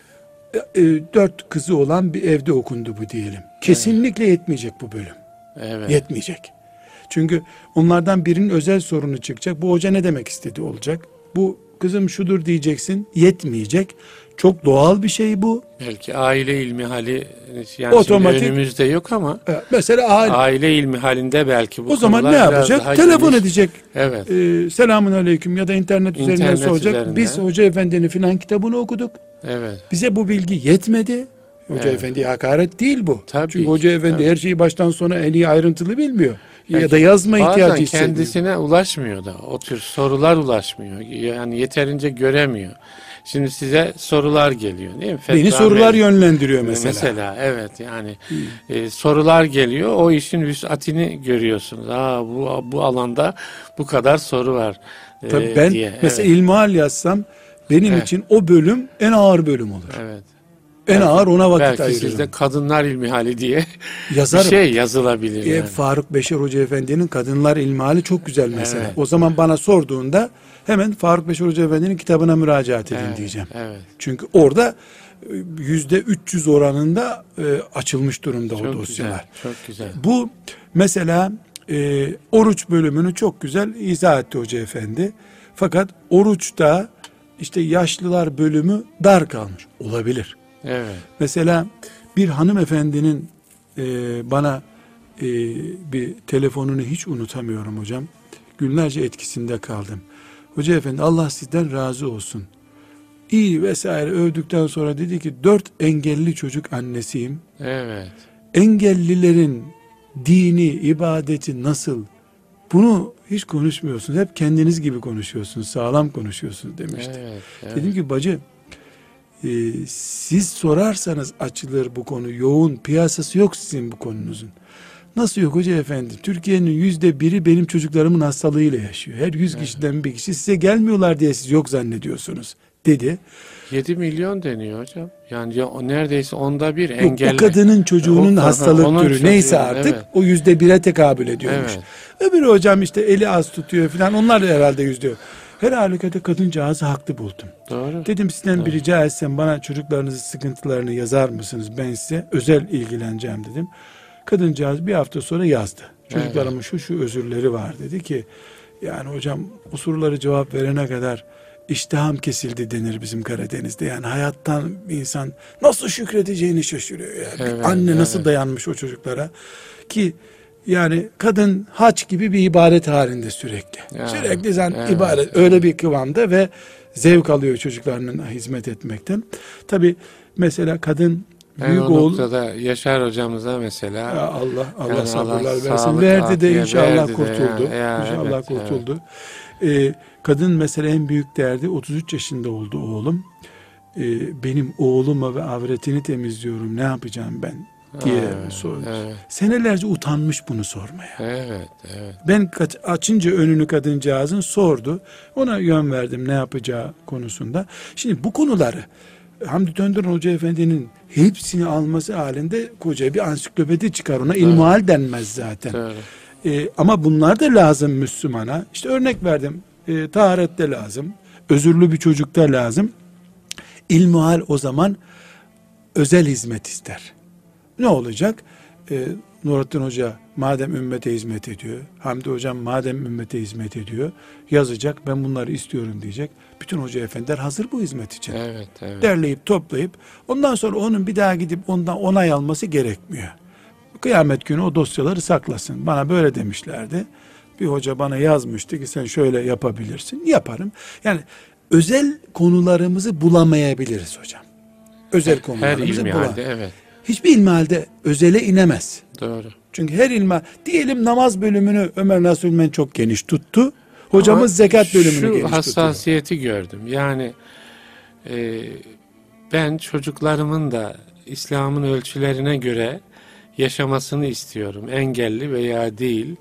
E, dört kızı olan bir evde okundu bu diyelim. Kesinlikle evet. Yetmeyecek bu bölüm. Evet. Yetmeyecek. Çünkü onlardan birinin özel sorunu çıkacak. Bu hoca ne demek istedi olacak. Bu kızım şudur diyeceksin. Yetmeyecek. Çok doğal bir şey bu. Belki aile ilmihali yani otomatik, önümüzde yok ama mesela aile, aile ilmihalinde belki bu o zaman ne yapacak? Telefon geniş edecek. Evet. E, selamun aleyküm ya da internet, internet üzerinden soracak. Üzerinde. Biz Hoca Efendi'nin filan kitabını okuduk. Evet. Bize bu bilgi yetmedi. Hoca evet. Efendi'ye hakaret değil bu. Tabii Çünkü ki, Hoca Efendi tabii. her şeyi baştan sona en iyi ayrıntılı bilmiyor. Belki ya da yazma ihtiyacı hissediyor. Kendisine ulaşmıyor da. O tür sorular ulaşmıyor. Yani yeterince göremiyor. Şimdi size sorular geliyor değil mi? Fetva Beni sorular yönlendiriyor mesela. Mesela evet yani e, sorular geliyor. O işin vüsatini görüyorsunuz. Aa, bu, bu alanda bu kadar soru var e, Tabii ben diye. mesela evet. ilmihal yazsam benim evet. için o bölüm en ağır bölüm olur. Evet. En belki, ağır ona vakit ayırırım. Belki sizde kadınlar ilmihali diye yazarım. Bir şey yazılabilir. E, yani. Faruk Beşer Hoca Efendi'nin kadınlar ilmihali çok güzel mesela. Evet. O zaman bana sorduğunda hemen Faruk Beşer Hoca Efendi'nin kitabına müracaat edin evet, diyeceğim. Evet. Çünkü orada yüzde üç yüz oranında e, açılmış durumda çok o dosyalar. Güzel, çok güzel. Bu mesela e, oruç bölümünü çok güzel izah etti Hoca Efendi. Fakat oruçta işte yaşlılar bölümü dar kalmış. Olabilir. Evet. Mesela bir hanımefendinin e, bana e, bir telefonunu hiç unutamıyorum hocam. Günlerce etkisinde kaldım. Hoca efendi Allah sizden razı olsun. İyi vesaire övdükten sonra dedi ki dört engelli çocuk annesiyim. Evet. Engellilerin dini, ibadeti nasıl? Bunu hiç konuşmuyorsunuz. Hep kendiniz gibi konuşuyorsunuz. Sağlam konuşuyorsunuz demişti. Evet, evet. Dedim ki bacı e, siz sorarsanız açılır bu konu. Yoğun piyasası yok sizin bu konunuzun. Nasıl yok hoca efendi? Türkiye'nin yüzde biri benim çocuklarımın hastalığıyla yaşıyor. Her yüz evet. kişiden bir kişi size gelmiyorlar diye siz yok zannediyorsunuz dedi. yedi milyon deniyor hocam. Yani ya, o neredeyse onda bir engelli. Yok, o kadının çocuğunun o, hastalık ha, türü çocuğu, neyse artık evet. o yüzde bire tekabül ediyormuş. Evet. Öbürü hocam işte eli az tutuyor falan, onlar da herhalde yüzde. Her halükarda kadıncağızı haklı buldum. Doğru. Dedim sizden Doğru. bir rica etsem bana çocuklarınızın sıkıntılarını yazar mısınız? Ben size özel ilgileneceğim dedim. Kadıncağız bir hafta sonra yazdı. Çocuklarımın evet. şu şu özürleri var dedi ki yani hocam bu soruları cevap verene kadar İştiham kesildi denir bizim Karadeniz'de. Yani hayattan insan nasıl şükredeceğini şaşırıyor. Yani. Evet, anne evet. nasıl dayanmış o çocuklara ki yani kadın haç gibi bir ibadet halinde sürekli. Evet, sürekli zaten evet, ibadet evet. öyle bir kıvamda ve zevk alıyor çocuklarının hizmet etmekten. Tabi mesela kadın ben büyük o noktada oğul, Yaşar hocamıza mesela Allah Allah yani sabırlar versin. Sağlık, verdi de inşallah verdi kurtuldu. De ya, inşallah evet, kurtuldu. Evet. Ee, kadın mesela en büyük derdi otuz üç yaşında oldu oğlum. Ee, benim oğluma ve avretini temizliyorum. Ne yapacağım ben diye evet, sordu. Evet. Senelerce utanmış bunu sormaya. Evet, evet. Ben açınca önünü kadıncağızın sordu. Ona yön verdim ne yapacağı konusunda. Şimdi bu konuları Hamdi Döndüren Hoca Efendi'nin hepsini alması halinde koca bir ansiklopedi çıkar. Ona ilmihal denmez zaten. Ee, ama bunlar da lazım Müslümana. İşte örnek verdim. E, taharette lazım. Özürlü bir çocukta lazım. İlmihal o zaman özel hizmet ister. Ne olacak? E, Nurattin Hoca madem ümmete hizmet ediyor, Hamdi Hocam madem ümmete hizmet ediyor, yazacak, ben bunları istiyorum diyecek. Bütün hoca efendiler hazır bu hizmet için. Evet, evet. Derleyip toplayıp ondan sonra onun bir daha gidip ondan onay alması gerekmiyor. Kıyamet günü o dosyaları saklasın. Bana böyle demişlerdi. Bir hoca bana yazmıştı ki sen şöyle yapabilirsin. Yaparım. Yani özel konularımızı bulamayabiliriz hocam. Özel konularımızı bulamayabiliriz. Evet. Hiçbir ilmihalde özele inemez. Doğru. Çünkü her ilmihal, diyelim namaz bölümünü Ömer Nasuh Bilmen çok geniş tuttu. Hocamız ama zekat bölümünü geniş tuttu. Şu hassasiyeti tutuyor. gördüm. Yani e, ben çocuklarımın da İslam'ın ölçülerine göre yaşamasını istiyorum. Engelli veya değil.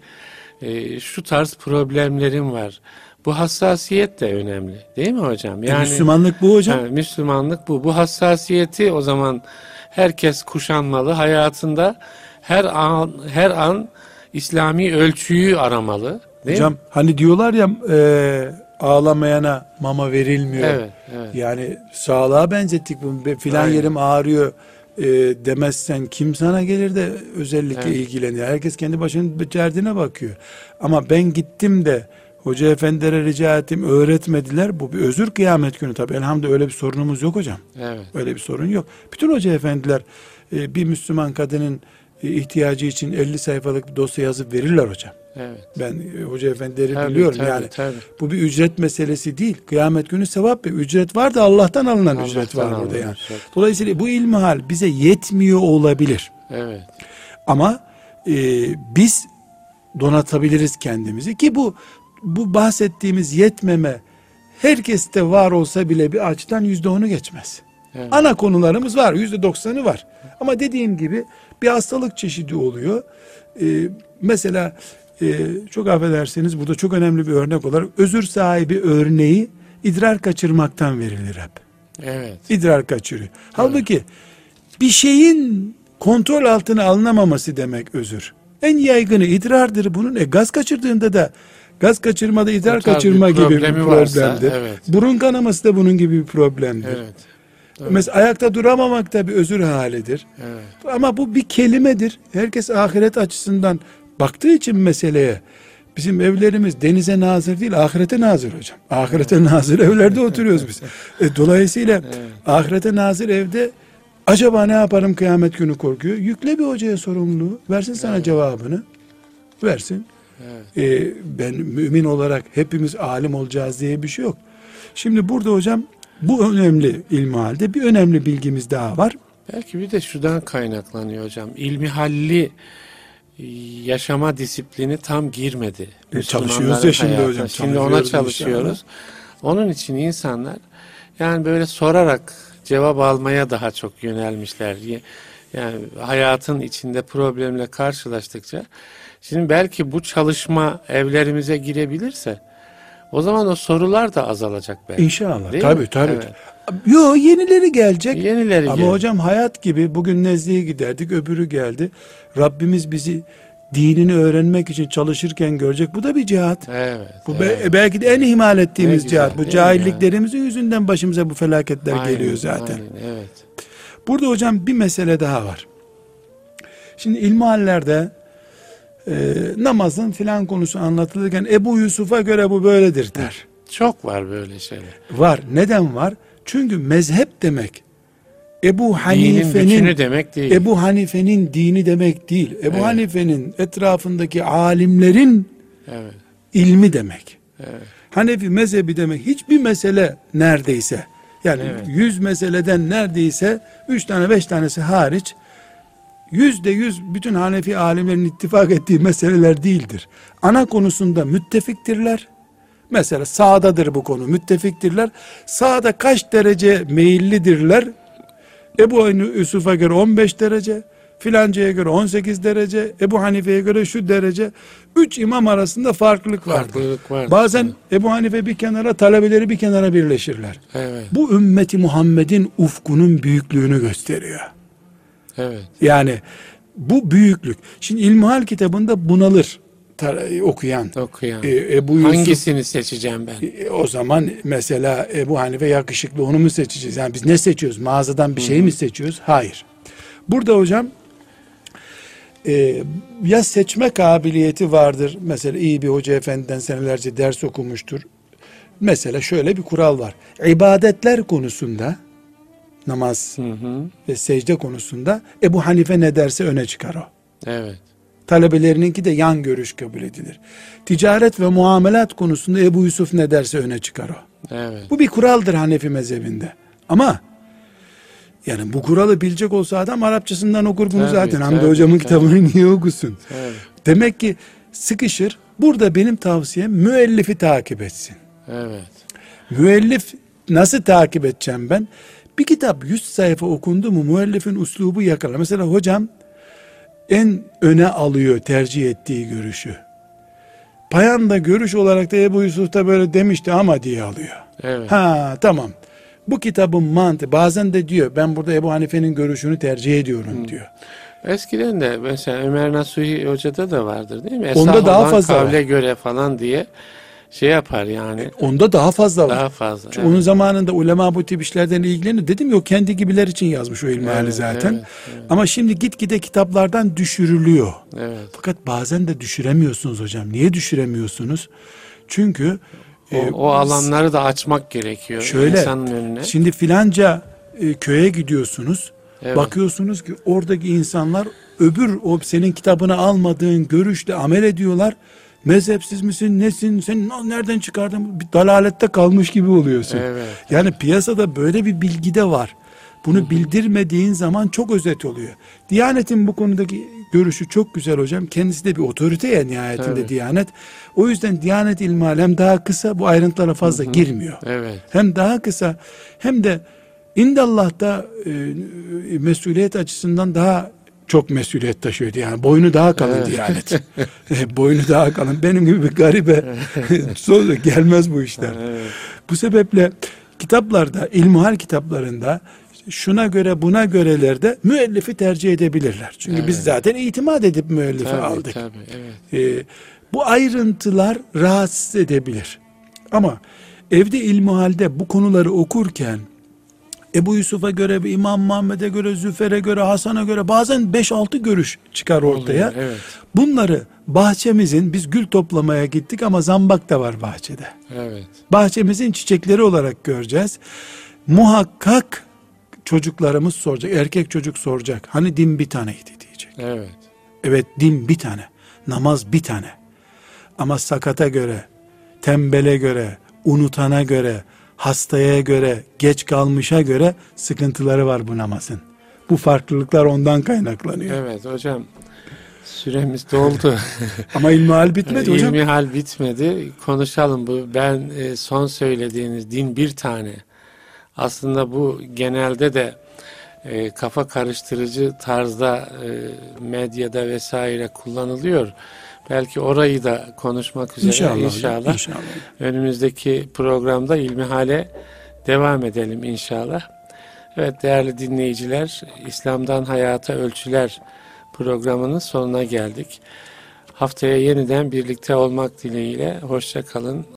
E, şu tarz problemlerim var. Bu hassasiyet de önemli. Değil mi hocam? Yani, e, Müslümanlık bu hocam. He, Müslümanlık bu. Bu hassasiyeti o zaman herkes kuşanmalı. Hayatında her an her an İslami ölçüyü aramalı. Değil hocam mi? Hani diyorlar ya e, ağlamayana mama verilmiyor. Evet, evet. Yani sağlığa benzettik bunu. Filan Aynen. yerim ağrıyor e, demezsen kim sana gelir de özellikle evet. ilgileniyor. Herkes kendi başının derdine bakıyor. Ama ben gittim de hoca efendilere rica ettim, öğretmediler. Bu bir özür kıyamet günü tabii. Elhamdülillah öyle bir sorunumuz yok hocam. Evet. Öyle bir sorun yok. Bütün hoca efendiler e, bir Müslüman kadının e, ihtiyacı için elli sayfalık bir dosya yazıp verirler hocam. Evet. Ben e, hoca efendileri tabii, biliyorum tabii, yani. Tabii. Bu bir ücret meselesi değil. Kıyamet günü sevap bir ücret var da Allah'tan alınan Allah'tan ücret var burada yani. Ücret. Dolayısıyla bu ilmihal bize yetmiyor olabilir. Evet. Ama e, biz donatabiliriz kendimizi ki bu bu bahsettiğimiz yetmeme herkeste var olsa bile bir açıdan yüzde onu geçmez. Evet. Ana konularımız var, yüzde doksanı var. Ama dediğim gibi bir hastalık çeşidi oluyor. Ee, mesela e, çok affedersiniz burada çok önemli bir örnek olarak özür sahibi örneği idrar kaçırmaktan verilir hep. Evet. İdrar kaçırıyor. Evet. Halbuki bir şeyin kontrol altına alınamaması demek özür. En yaygını idrardır bunun. E, gaz kaçırdığında da gaz kaçırmada idrar kaçırma bir gibi bir problemdir. Varsa, evet. Burun kanaması da bunun gibi bir problemdir. Evet. Mesela ayakta duramamak da bir özür halidir. Evet. Ama bu bir kelimedir. Herkes ahiret açısından baktığı için meseleye, bizim evlerimiz denize nazır değil, ahirete nazır hocam. Ahirete evet. nazır evlerde oturuyoruz biz. E, dolayısıyla evet. ahirete nazır evde Acaba ne yaparım kıyamet günü korkuyor. Yükle bir hocaya sorumluluğu. Versin sana evet. cevabını. Versin. Evet. Ee, ben mümin olarak hepimiz alim olacağız diye bir şey yok. Şimdi burada hocam bu önemli ilmihalde bir önemli bilgimiz daha var. Belki bir de şuradan kaynaklanıyor hocam. İlmihalli yaşama disiplini tam girmedi. E, çalışıyoruz ya şimdi hocam. Şimdi ona çalışıyoruz. İnşallah. Onun için insanlar yani böyle sorarak cevap almaya daha çok yönelmişler. Yani hayatın içinde problemle karşılaştıkça şimdi belki bu çalışma evlerimize girebilirse o zaman o sorular da azalacak belki. İnşallah. Tabii tabii. Evet. Yo yenileri gelecek. Yenileri Ama gelecek. Hocam hayat gibi bugün Nezle'ye giderdik, öbürü geldi. Rabbimiz bizi dinini öğrenmek için çalışırken görecek. Bu da bir cihat. Evet. Bu evet. Be- belki de en ihmal ettiğimiz cihat. Bu cahilliklerimizin yani? yüzünden başımıza bu felaketler aynen, geliyor zaten. Aynen, evet. Burada hocam bir mesele daha var. Şimdi ilmihallerde e, namazın filan konusu anlatılırken Ebu Yusuf'a göre bu böyledir der. Çok var böyle şeyler. Var. Neden var? Çünkü mezhep demek Ebu Hanife'nin dini demek değil. Ebu Hanife'nin dini demek değil. Ebu evet. Hanife'nin etrafındaki alimlerin evet. ilmi demek. Evet. Hanefi mezhebi demek hiçbir mesele neredeyse yani evet. yüz meseleden neredeyse üç tane beş tanesi hariç yüzde yüz bütün Hanefi alimlerin ittifak ettiği meseleler değildir. Ana konusunda müttefiktirler. Mesela sağdadır bu konu, müttefiktirler. Sağda kaç derece meyillidirler? Ebu Yusuf'a göre on beş derece, filancaya göre on sekiz derece, Ebu Hanife'ye göre şu derece. Üç imam arasında farklılık vardır. Farklılık vardır. Bazen evet. Ebu Hanife bir kenara, talebeleri bir kenara birleşirler. Evet. Bu ümmeti Muhammed'in ufkunun büyüklüğünü gösteriyor. Evet. Yani bu büyüklük. Şimdi İlmihal kitabında bunalır okuyan. Okuyan. E, Ebu Yusuf, hangisini seçeceğim ben? E, o zaman mesela Ebu Hanife yakışıklı, onu mu seçeceğiz? Yani biz ne seçiyoruz? Mağazadan bir şey Hı-hı. mi seçiyoruz? Hayır. Burada hocam e, ya seçme kabiliyeti vardır. Mesela iyi bir hoca efendiden senelerce ders okumuştur. Mesela şöyle bir kural var. İbadetler konusunda namaz hı hı. ve secde konusunda Ebu Hanife ne derse öne çıkar o. Evet. Talebelerininki de yan görüş kabul edilir. Ticaret ve muamelat konusunda Ebu Yusuf ne derse öne çıkar o. Evet. Bu bir kuraldır Hanefi mezhebinde. Ama yani bu kuralı bilecek olsa adam Arapçasından okur bunu tabii, zaten. Hamdi tabii, hocamın tabii. kitabını niye okusun? Tabii. Demek ki sıkışır. Burada benim tavsiyem müellifi takip etsin. Evet. Müellif nasıl takip edeceğim ben? Bir kitap yüz sayfa okundu mu müellifin uslubu yakalar. Mesela hocam en öne alıyor tercih ettiği görüşü. Payanda görüş olarak da Ebu Yusuf da böyle demişti ama diye alıyor. Evet. Ha tamam. Bu kitabın mantığı bazen de diyor ben burada Ebu Hanife'nin görüşünü tercih ediyorum hmm. diyor. Eskiden de mesela Ömer Nasuhi Hoca'da da vardır değil mi? Onda daha fazla kavle var. göre falan diye şey yapar yani. Onda daha fazla var. Daha fazla. Çünkü evet. onun zamanında ulema bu tip işlerden ilgilenir. Dedim ya o kendi gibiler için yazmış o ilmihali evet, zaten. Evet, evet. Ama şimdi gitgide kitaplardan düşürülüyor. Evet. Fakat bazen de düşüremiyorsunuz hocam. Niye düşüremiyorsunuz? Çünkü o, e, o alanları da açmak gerekiyor şöyle, insanın önüne. Şimdi filanca e, köye gidiyorsunuz. Evet. Bakıyorsunuz ki oradaki insanlar öbür o senin kitabını almadığın görüşle amel ediyorlar. Mezhepsiz misin, nesin, sen nereden çıkardın? Bir dalalette kalmış gibi oluyorsun. Evet. Yani piyasada böyle bir bilgi de var. Bunu Hı-hı. bildirmediğin zaman çok özet oluyor. Diyanet'in bu konudaki görüşü çok güzel hocam. Kendisi de bir otorite ya nihayetinde evet. Diyanet. O yüzden Diyanet ilmihal hem daha kısa, bu ayrıntılara fazla Hı-hı. girmiyor. Evet. Hem daha kısa hem de indallah'ta e, mesuliyet açısından daha çok mesuliyet taşıyordu. Yani boynu daha kalın evet. Diyanet. Boynu daha kalın. Benim gibi bir garibe sonra gelmez bu işler. Evet. Bu sebeple kitaplarda, ilmihal kitaplarında şuna göre buna görelerde müellifi tercih edebilirler. Çünkü evet. biz zaten itimat edip müellifi tabii, aldık. Tabii, evet. Ee, bu ayrıntılar rahatsız edebilir. Ama evde ilmihalde bu konuları okurken Ebu Yusuf'a göre, İmam Muhammed'e göre, Züfer'e göre, Hasan'a göre bazen beş altı görüş çıkar ortaya. Oluyor, evet. Bunları bahçemizin, biz gül toplamaya gittik ama zambak da var bahçede. Evet. Bahçemizin çiçekleri olarak göreceğiz. Muhakkak çocuklarımız soracak. Erkek çocuk soracak. Hani din bir taneydi diyecek. Evet. Evet, din bir tane. Namaz bir tane. Ama sakata göre, tembele göre, unutana göre, hastaya göre, geç kalmışa göre sıkıntıları var bu namazın. Bu farklılıklar ondan kaynaklanıyor. Evet hocam. Süremiz doldu. Ama ilmihal bitmedi hocam. İlmihal bitmedi. Konuşalım bu. Ben e, son söylediğiniz din bir tane. Aslında bu genelde de e, kafa karıştırıcı tarzda e, medyada vesaire kullanılıyor. Belki orayı da konuşmak üzere İnşallah. inşallah, inşallah. önümüzdeki programda ilmihale devam edelim inşallah. Evet değerli dinleyiciler, İslam'dan Hayata Ölçüler programının sonuna geldik. Haftaya yeniden birlikte olmak dileğiyle hoşça kalın.